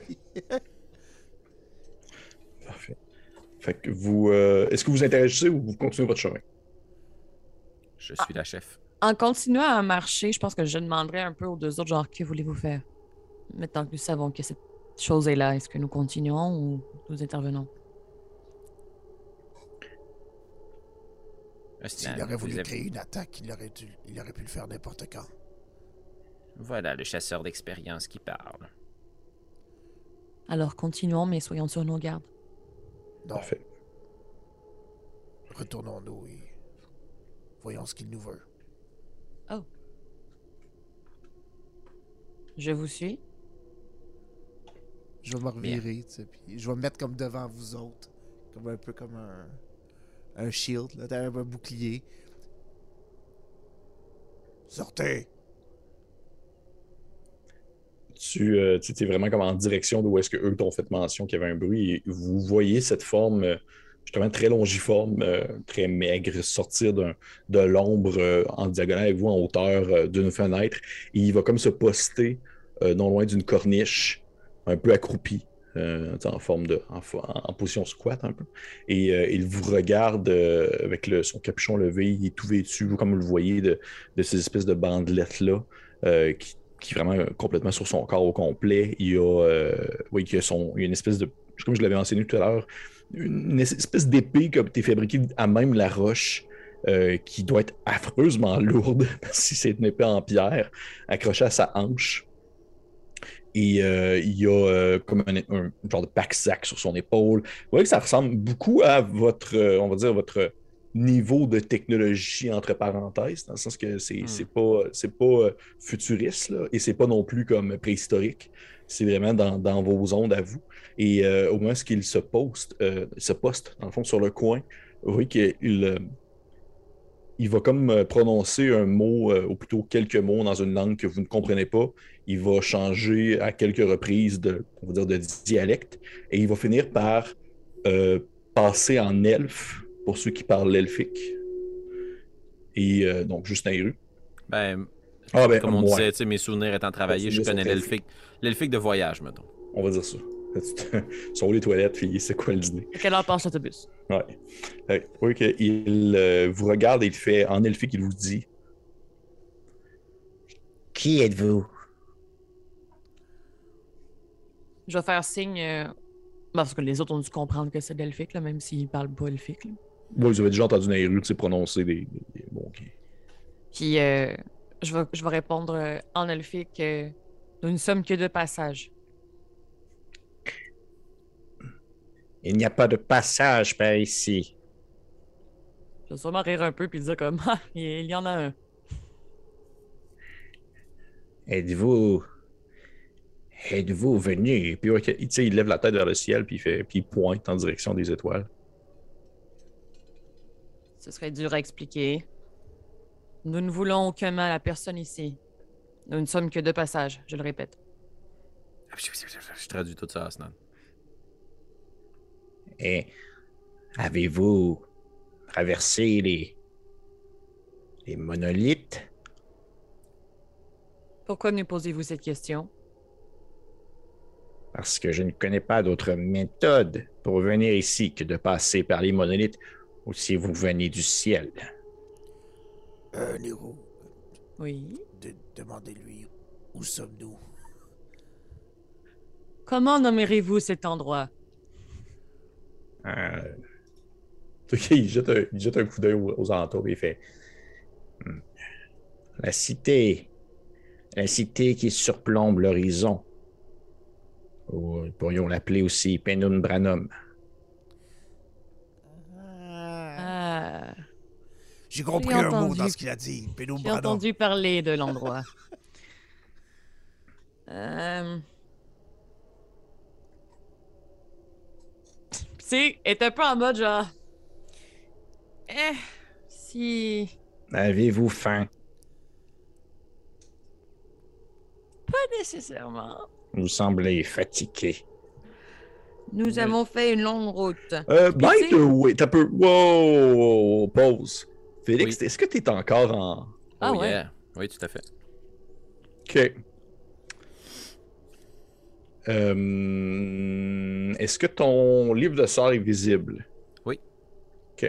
Parfait. Fait que vous... Euh, est-ce que vous interagissez ou vous continuez votre chemin? Je suis la chef. En continuant à marcher, je pense que je demanderais un peu aux deux autres, genre, que voulez-vous faire? Maintenant que nous savons que cette chose est là, est-ce que nous continuons ou nous intervenons? S'il aurait voulu créer une attaque, il aurait, dû, il aurait pu le faire n'importe quand. Voilà le chasseur d'expérience qui parle. Alors continuons, mais soyons sur nos gardes. Non, Parfait. retournons-nous et voyons ce qu'il nous veut. Oh. Je vous suis. Je vais me revirer, tu sais, puis je vais me mettre comme devant vous autres, comme un peu comme un, un shield, là, un, un bouclier. Sortez! Tu euh, es vraiment comme en direction d'où est-ce qu'eux t'ont fait mention qu'il y avait un bruit et vous voyez cette forme euh, justement très longiforme, euh, très maigre, sortir d'un, de l'ombre euh, en diagonale avec vous en hauteur euh, d'une fenêtre. Et il va comme se poster euh, non loin d'une corniche, un peu accroupi, euh, en forme de, en, en position squat un peu. Et euh, il vous regarde euh, avec le, son capuchon levé, il est tout vêtu, vous comme vous le voyez, de, de ces espèces de bandelettes-là euh, qui qui est vraiment complètement sur son corps au complet. Il y a, euh, oui, il y a, son, il y a une espèce de, comme je l'avais mentionné tout à l'heure, une espèce d'épée qui a été fabriquée à même la roche, euh, qui doit être affreusement lourde, si c'est une épée en pierre, accrochée à sa hanche. Et euh, il y a euh, comme un, un genre de pack-sac sur son épaule. Vous voyez que ça ressemble beaucoup à votre, euh, on va dire, votre niveau de technologie, entre parenthèses, dans le sens que c'est Hmm. c'est pas, c'est pas euh, futuriste, là, et c'est pas non plus comme préhistorique. C'est vraiment dans, dans vos ondes à vous. Et euh, au moins, ce qu'il se poste, euh, se poste, dans le fond, sur le coin, vous voyez qu'il euh, il va comme euh, prononcer un mot, euh, ou plutôt quelques mots dans une langue que vous ne comprenez pas. Il va changer à quelques reprises de, on va dire, de dialecte, et il va finir par euh, passer en elfe, pour ceux qui parlent l'elfique. Et euh, donc, juste Nairu. Ben, Ah ben, comme on moi, disait, tu sais, mes souvenirs étant travaillés, je souvenirs connais sont l'elfique. L'elfique de voyage, mettons. on va dire ça. Sur les toilettes, puis c'est quoi le dîner? À quelle heure passe l'autobus? Ouais. Ouais. Oui, il euh, vous regarde et il fait, en elfique, il vous dit: Qui êtes-vous? Je vais faire signe... euh, Parce que les autres ont dû comprendre que c'est l'elfique, là, même s'ils parlent pas elfique. Là. Bon, vous avez déjà entendu Nairu prononcer des, des, des mots. Okay. Puis euh, je, vais, je vais répondre euh, en elfique euh, nous ne sommes que de passage. Il n'y a pas de passage par ici. Je vais sûrement rire un peu puis dire comme ah, il y en a un. Êtes-vous... Êtes-vous venu? Puis okay, tu sais, il lève la tête vers le ciel, puis il, fait, puis il pointe en direction des étoiles. Ce serait dur à expliquer. Nous ne voulons aucun mal à personne ici. Nous ne sommes que de passage, je le répète. Je traduis tout ça à Asnan. Et avez-vous traversé les, les monolithes? Pourquoi me posez-vous cette question? Parce que je ne connais pas d'autre méthode pour venir ici que de passer par les monolithes ou si vous venez du ciel. Euh, Nero, Oui. de, demandez-lui où sommes-nous? Comment nommerez-vous cet endroit? Euh... Ok, il jette un, il jette un coup d'œil aux, aux alentours et il fait hmm. La cité. La cité qui surplombe l'horizon. Ou pourrions l'appeler aussi Penumbranum. Ah. Ah, J'ai compris J'ai un mot entendu. dans ce qu'il a dit. j'ai Penumbranum. entendu parler de l'endroit. euh... Tu sais, elle est un peu en mode genre... Eh, si... Avez-vous faim? Pas nécessairement. Vous semblez fatigué. Nous Oui. avons fait une longue route. Euh, Puis, by tu sais- the way, t'as peu. Wow, pause. Félix, Oui. est-ce que t'es encore en. Ah oh ouais. yeah. Oui, tout à fait. Ok. Euh, Est-ce que ton livre de sort est visible? Oui. Ok.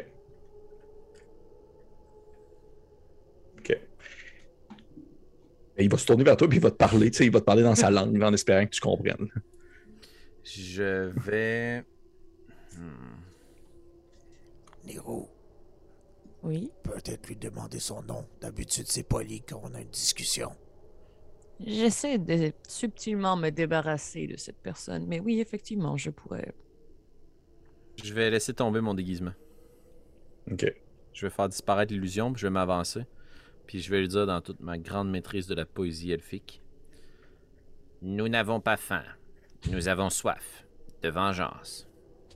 Ok. Il va se tourner vers toi puis il va te parler. Tu sais, il va te parler dans sa langue en espérant que tu comprennes. Je vais... Hmm. Nero, Oui. peut-être lui demander son nom. D'habitude, c'est poli quand on a une discussion. J'essaie de subtilement me débarrasser de cette personne, mais oui, effectivement, je pourrais. Je vais laisser tomber mon déguisement. Ok. Je vais faire disparaître l'illusion, puis je vais m'avancer. Puis je vais lui dire dans toute ma grande maîtrise de la poésie elfique. Nous n'avons pas faim. Nous avons soif de vengeance.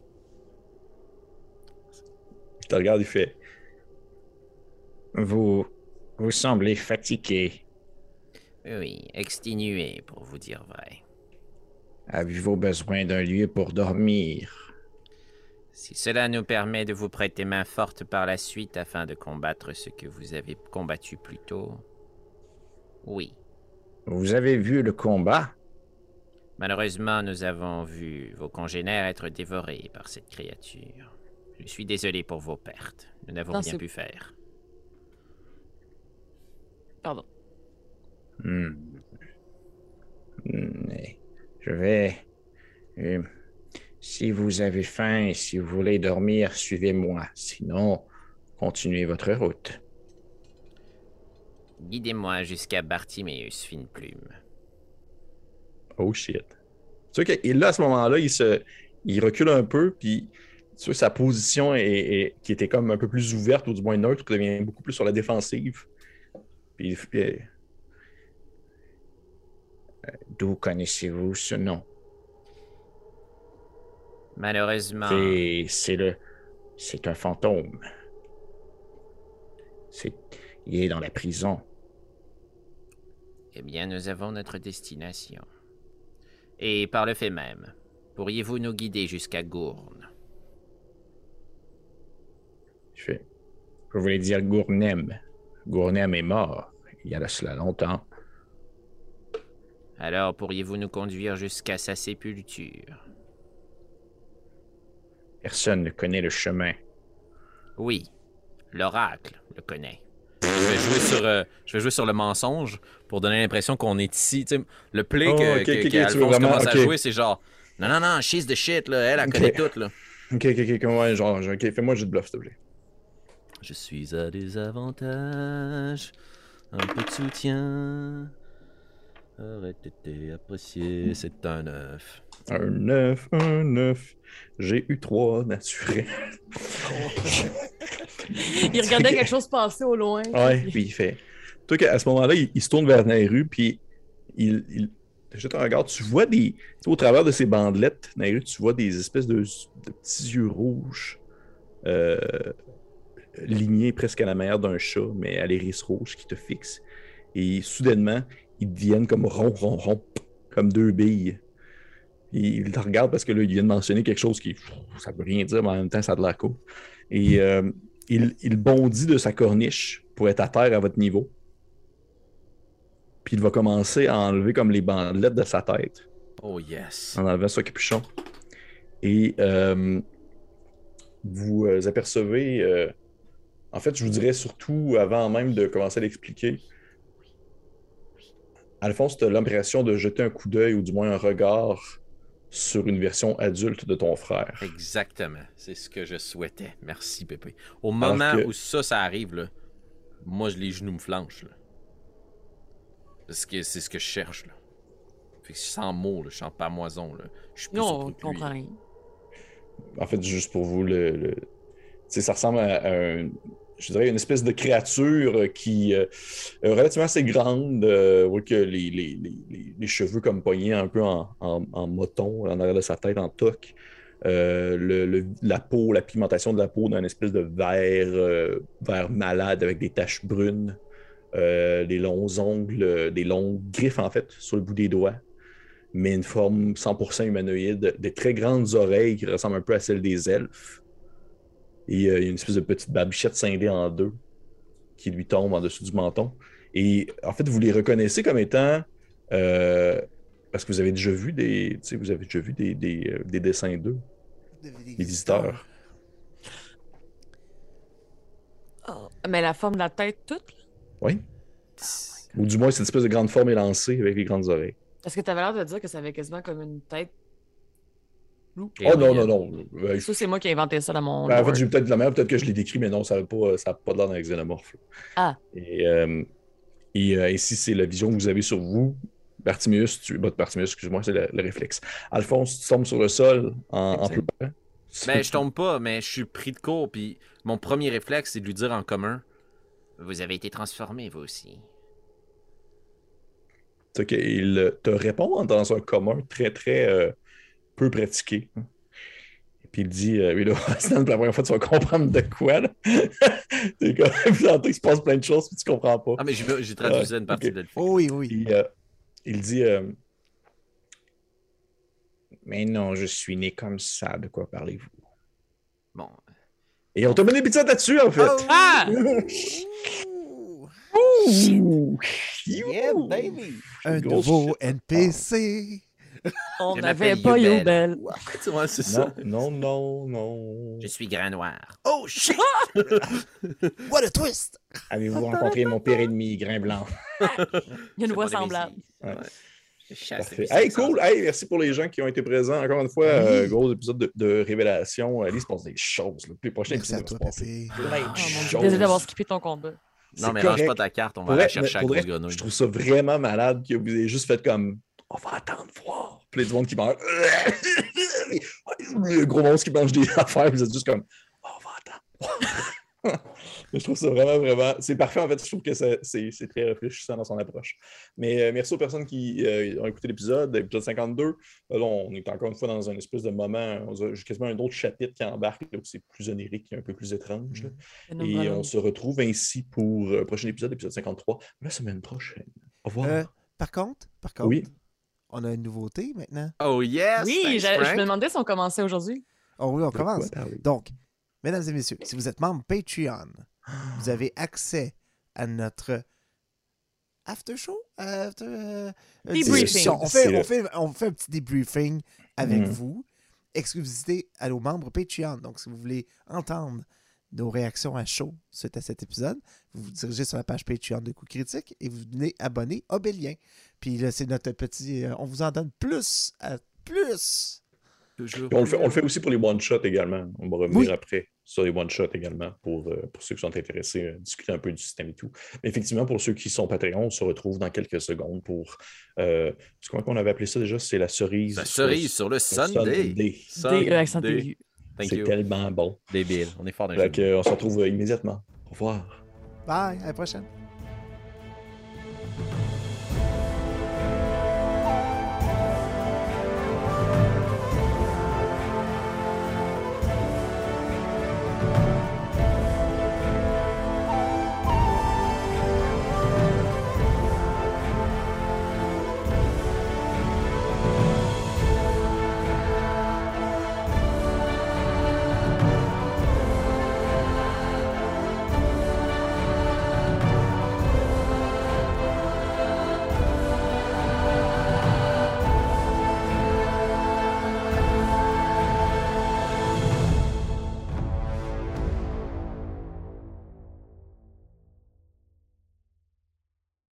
Il te regarde, il fait. Vous. Vous semblez fatigué. Oui, exténué pour vous dire vrai. Avez-vous besoin d'un lieu pour dormir? Si cela nous permet de vous prêter main forte par la suite afin de combattre ce que vous avez combattu plus tôt, oui. Vous avez vu le combat? Malheureusement, nous avons vu vos congénères être dévorés par cette créature. Je suis désolé pour vos pertes. Nous n'avons Non, rien c'est- pu faire. Pardon. Hmm. Hmm, Je vais. euh, si vous avez faim et si vous voulez dormir, suivez-moi. Sinon, continuez votre route. Guidez-moi jusqu'à Bartiméus Fineplume. Oh shit. Tu sais qu'il là, à ce moment-là, il se. Il recule un peu, puis tu vois, sa position est, est- qui était comme un peu plus ouverte, ou du moins neutre, qui devient beaucoup plus sur la défensive. Puis il fait. Euh, D'où connaissez-vous ce nom? Malheureusement, C'est, c'est le, c'est un fantôme. C'est, il est dans la prison. eh bien, nous avons notre destination. Et par le fait même, pourriez-vous nous guider jusqu'à Gourne? Je fais, je voulais dire Gournem. Gournem est mort. Il y a de cela longtemps. Alors pourriez-vous nous conduire jusqu'à sa sépulture? Personne ne connaît le chemin. Oui, l'oracle le connaît. Je vais jouer sur, euh, je vais jouer sur le mensonge pour donner l'impression qu'on est ici. Tu sais, le play Oh, que, ok, que, ok, ok, qu'Alphonse tu veux vraiment- commence ok. à jouer, c'est genre non, non, non, she's the shit, là. Elle, elle Ok. connaît tout, là. Ok, ok, ok, ouais, genre, ok, fais-moi un jeu de bluff, s'il te plaît. Je suis à des avantages, un peu de soutien. Aurait été apprécié, c'est un neuf. Un neuf, un neuf. J'ai eu trois naturels. Il regardait quelque chose passer au loin. Ouais, puis- puis il fait. Toi, à ce moment-là, il, il se tourne vers Nairu, puis il, il, jettes un regard, tu vois des. Tu sais, au travers de ces bandelettes, dans les rues, tu vois des espèces de, de petits yeux rouges, euh, lignés presque à la manière d'un chat, mais à l'iris rouge qui te fixent. Et soudainement, ils deviennent comme rond, rond, rond, comme deux billes. Et il te regarde parce que là, il vient de mentionner quelque chose qui, ça veut rien dire, mais en même temps, ça a de la cool. Et euh, il, il bondit de sa corniche pour être à terre à votre niveau. Puis il va commencer à enlever comme les bandelettes de sa tête. Oh yes. En enlevant son capuchon. Et euh, vous euh, apercevez, euh, en fait, je vous dirais surtout avant même de commencer à l'expliquer, Alphonse, tu as l'impression de jeter un coup d'œil ou du moins un regard sur une version adulte de ton frère. Exactement. C'est ce que je souhaitais. Merci, Pépé. Au moment que... où ça, ça arrive, là, moi, je les genoux me flanchent. Là. Parce que c'est ce que je cherche. Là. Fait que sans mots, là, je suis en pamoison. Là. Je suis plus Non, on surpris que lui. comprend rien. En fait, juste pour vous, le, le... ça ressemble à, à un... je dirais une espèce de créature qui est euh, relativement assez grande, euh, voit que les, les, les, les cheveux comme poignés un peu en, en, en moton, en arrière de sa tête, en toque. Euh, le, le, la peau, la pigmentation de la peau d'un espèce de vert, euh, vert malade avec des taches brunes. Euh, des longs ongles, euh, des longues griffes en fait, sur le bout des doigts, mais une forme cent pour cent humanoïde, des très grandes oreilles qui ressemblent un peu à celles des elfes. Et euh, il y a une espèce de petite babichette scindée en deux qui lui tombe en dessous du menton. Et en fait, vous les reconnaissez comme étant, euh, parce que vous avez déjà vu des, tu sais, vous avez déjà vu des, des, euh, des dessins d'eux, des, des visiteurs. Oh, mais la forme de la tête toute, là? Oui. Ou du moins, c'est une espèce de grande forme élancée avec les grandes oreilles. Parce que t'avais l'air de dire que ça avait quasiment comme une tête. Oh non, non, non. Euh, Ça, c'est moi qui ai inventé ça dans mon. Ben, en fait, j'ai peut-être de la même, peut-être que je l'ai décrit, mais non, ça n'a pas, ça a pas de l'air d'un xénomorphe. Ah. Et, euh, et euh, ici, c'est la vision que vous avez sur vous. Bartimius, tu... bah, Bartimius, excuse-moi, c'est le, le réflexe. Alphonse, tu tombes sur le sol en, en pleurant. Ben, je tombe pas, mais je suis pris de court, puis mon premier réflexe, c'est de lui dire en commun. Vous avez été transformé, vous aussi. C'est qu'il te répond dans un commun très, très euh, peu pratiqué. Et puis il dit, euh, oui, là, c'est la première fois que tu vas comprendre de quoi, là. C'est comme, puis tantôt, il se passe plein de choses, puis tu comprends pas. Ah, mais j'ai, j'ai traduit ça une partie okay. de le fait. Oh, oui, oui. Et, euh, il dit, euh, mais non, je suis né comme ça, de quoi parlez-vous? Bon. Et on t'a mis des pizzas là-dessus, en fait. Oh! Ah! Ouh! Yeah, baby! Un Grosse nouveau shit. N P C! On Je n'avait m'appelle pas Yubel. Yubel. Ouais, c'est ça. Non, non, non, non. Je suis grain noir. Oh shit! What a twist! Avez-vous rencontré mon pire ennemi, Grain Blanc? Il y a une C'est voix mon semblable. Némésis. Ouais. Je chasse Parfait. depuis Hey, cinq cents cool! ans. Hey, merci pour les gens qui ont été présents. Encore une fois, euh, gros épisode de, de révélation. Allez, il se passe des choses. Là. Puis les prochains Merci à épisodes toi, vont se passer Pépé. plein de Oh mon Dieu, choses. désolé d'avoir skippé ton combat. C'est Non, mais correct. lâche pas ta carte, on va Pour aller vrai, chercher la pour grosse vrai, grenouille. je trouve ça vraiment malade que vous ayez juste fait comme on va attendre voir. Puis il y a du monde qui mange. Le gros monstre qui mange des affaires, vous êtes juste comme on va attendre. Je trouve ça vraiment, vraiment. C'est parfait en fait. Je trouve que c'est, c'est, c'est très réfléchissant dans son approche. Mais euh, merci aux personnes qui euh, ont écouté l'épisode, l'épisode cinquante-deux. Euh, là, on est encore une fois dans un espèce de moment. J'ai quasiment un autre chapitre qui embarque, là, où c'est plus onirique et un peu plus étrange. Là. Mm. Et on se retrouve ainsi pour le euh, prochain épisode, épisode cinquante-trois, la semaine prochaine. Au revoir. Euh, par contre, par contre, Oui. on a une nouveauté maintenant. Oh yes! Oui, Thanks, je, je Frank. me demandais si on commençait aujourd'hui. Oh oui, on De quoi commence. parler? Donc, mesdames et messieurs, si vous êtes membre Patreon, vous avez accès à notre after show, after, euh, Debriefing. discussion. On C'est fait, le- on, fait, on fait un petit debriefing avec Mm. vous. Exclusivité à nos membres Patreon. Donc, si vous voulez entendre nos réactions à chaud suite à cet épisode, vous vous dirigez sur la page Patreon de Coup Critique et vous venez abonner Obélien. Puis là, c'est notre petit... euh, on vous en donne plus à plus. Toujours. Puis on, le fait, on le fait aussi pour les one-shots également. On va revenir Oui. après sur les one-shots également pour, euh, pour ceux qui sont intéressés à discuter un peu du système et tout. Mais effectivement, pour ceux qui sont Patreon, on se retrouve dans quelques secondes pour. Euh, c'est comment qu'on avait appelé ça déjà? C'est la cerise. La cerise sur le Sunday. Sunday. Des accent aigu. Thank C'est you. tellement bon. Débile. On est fort dans le Fait jeu. que, euh, on se retrouve euh, immédiatement. Au revoir. Bye, à la prochaine.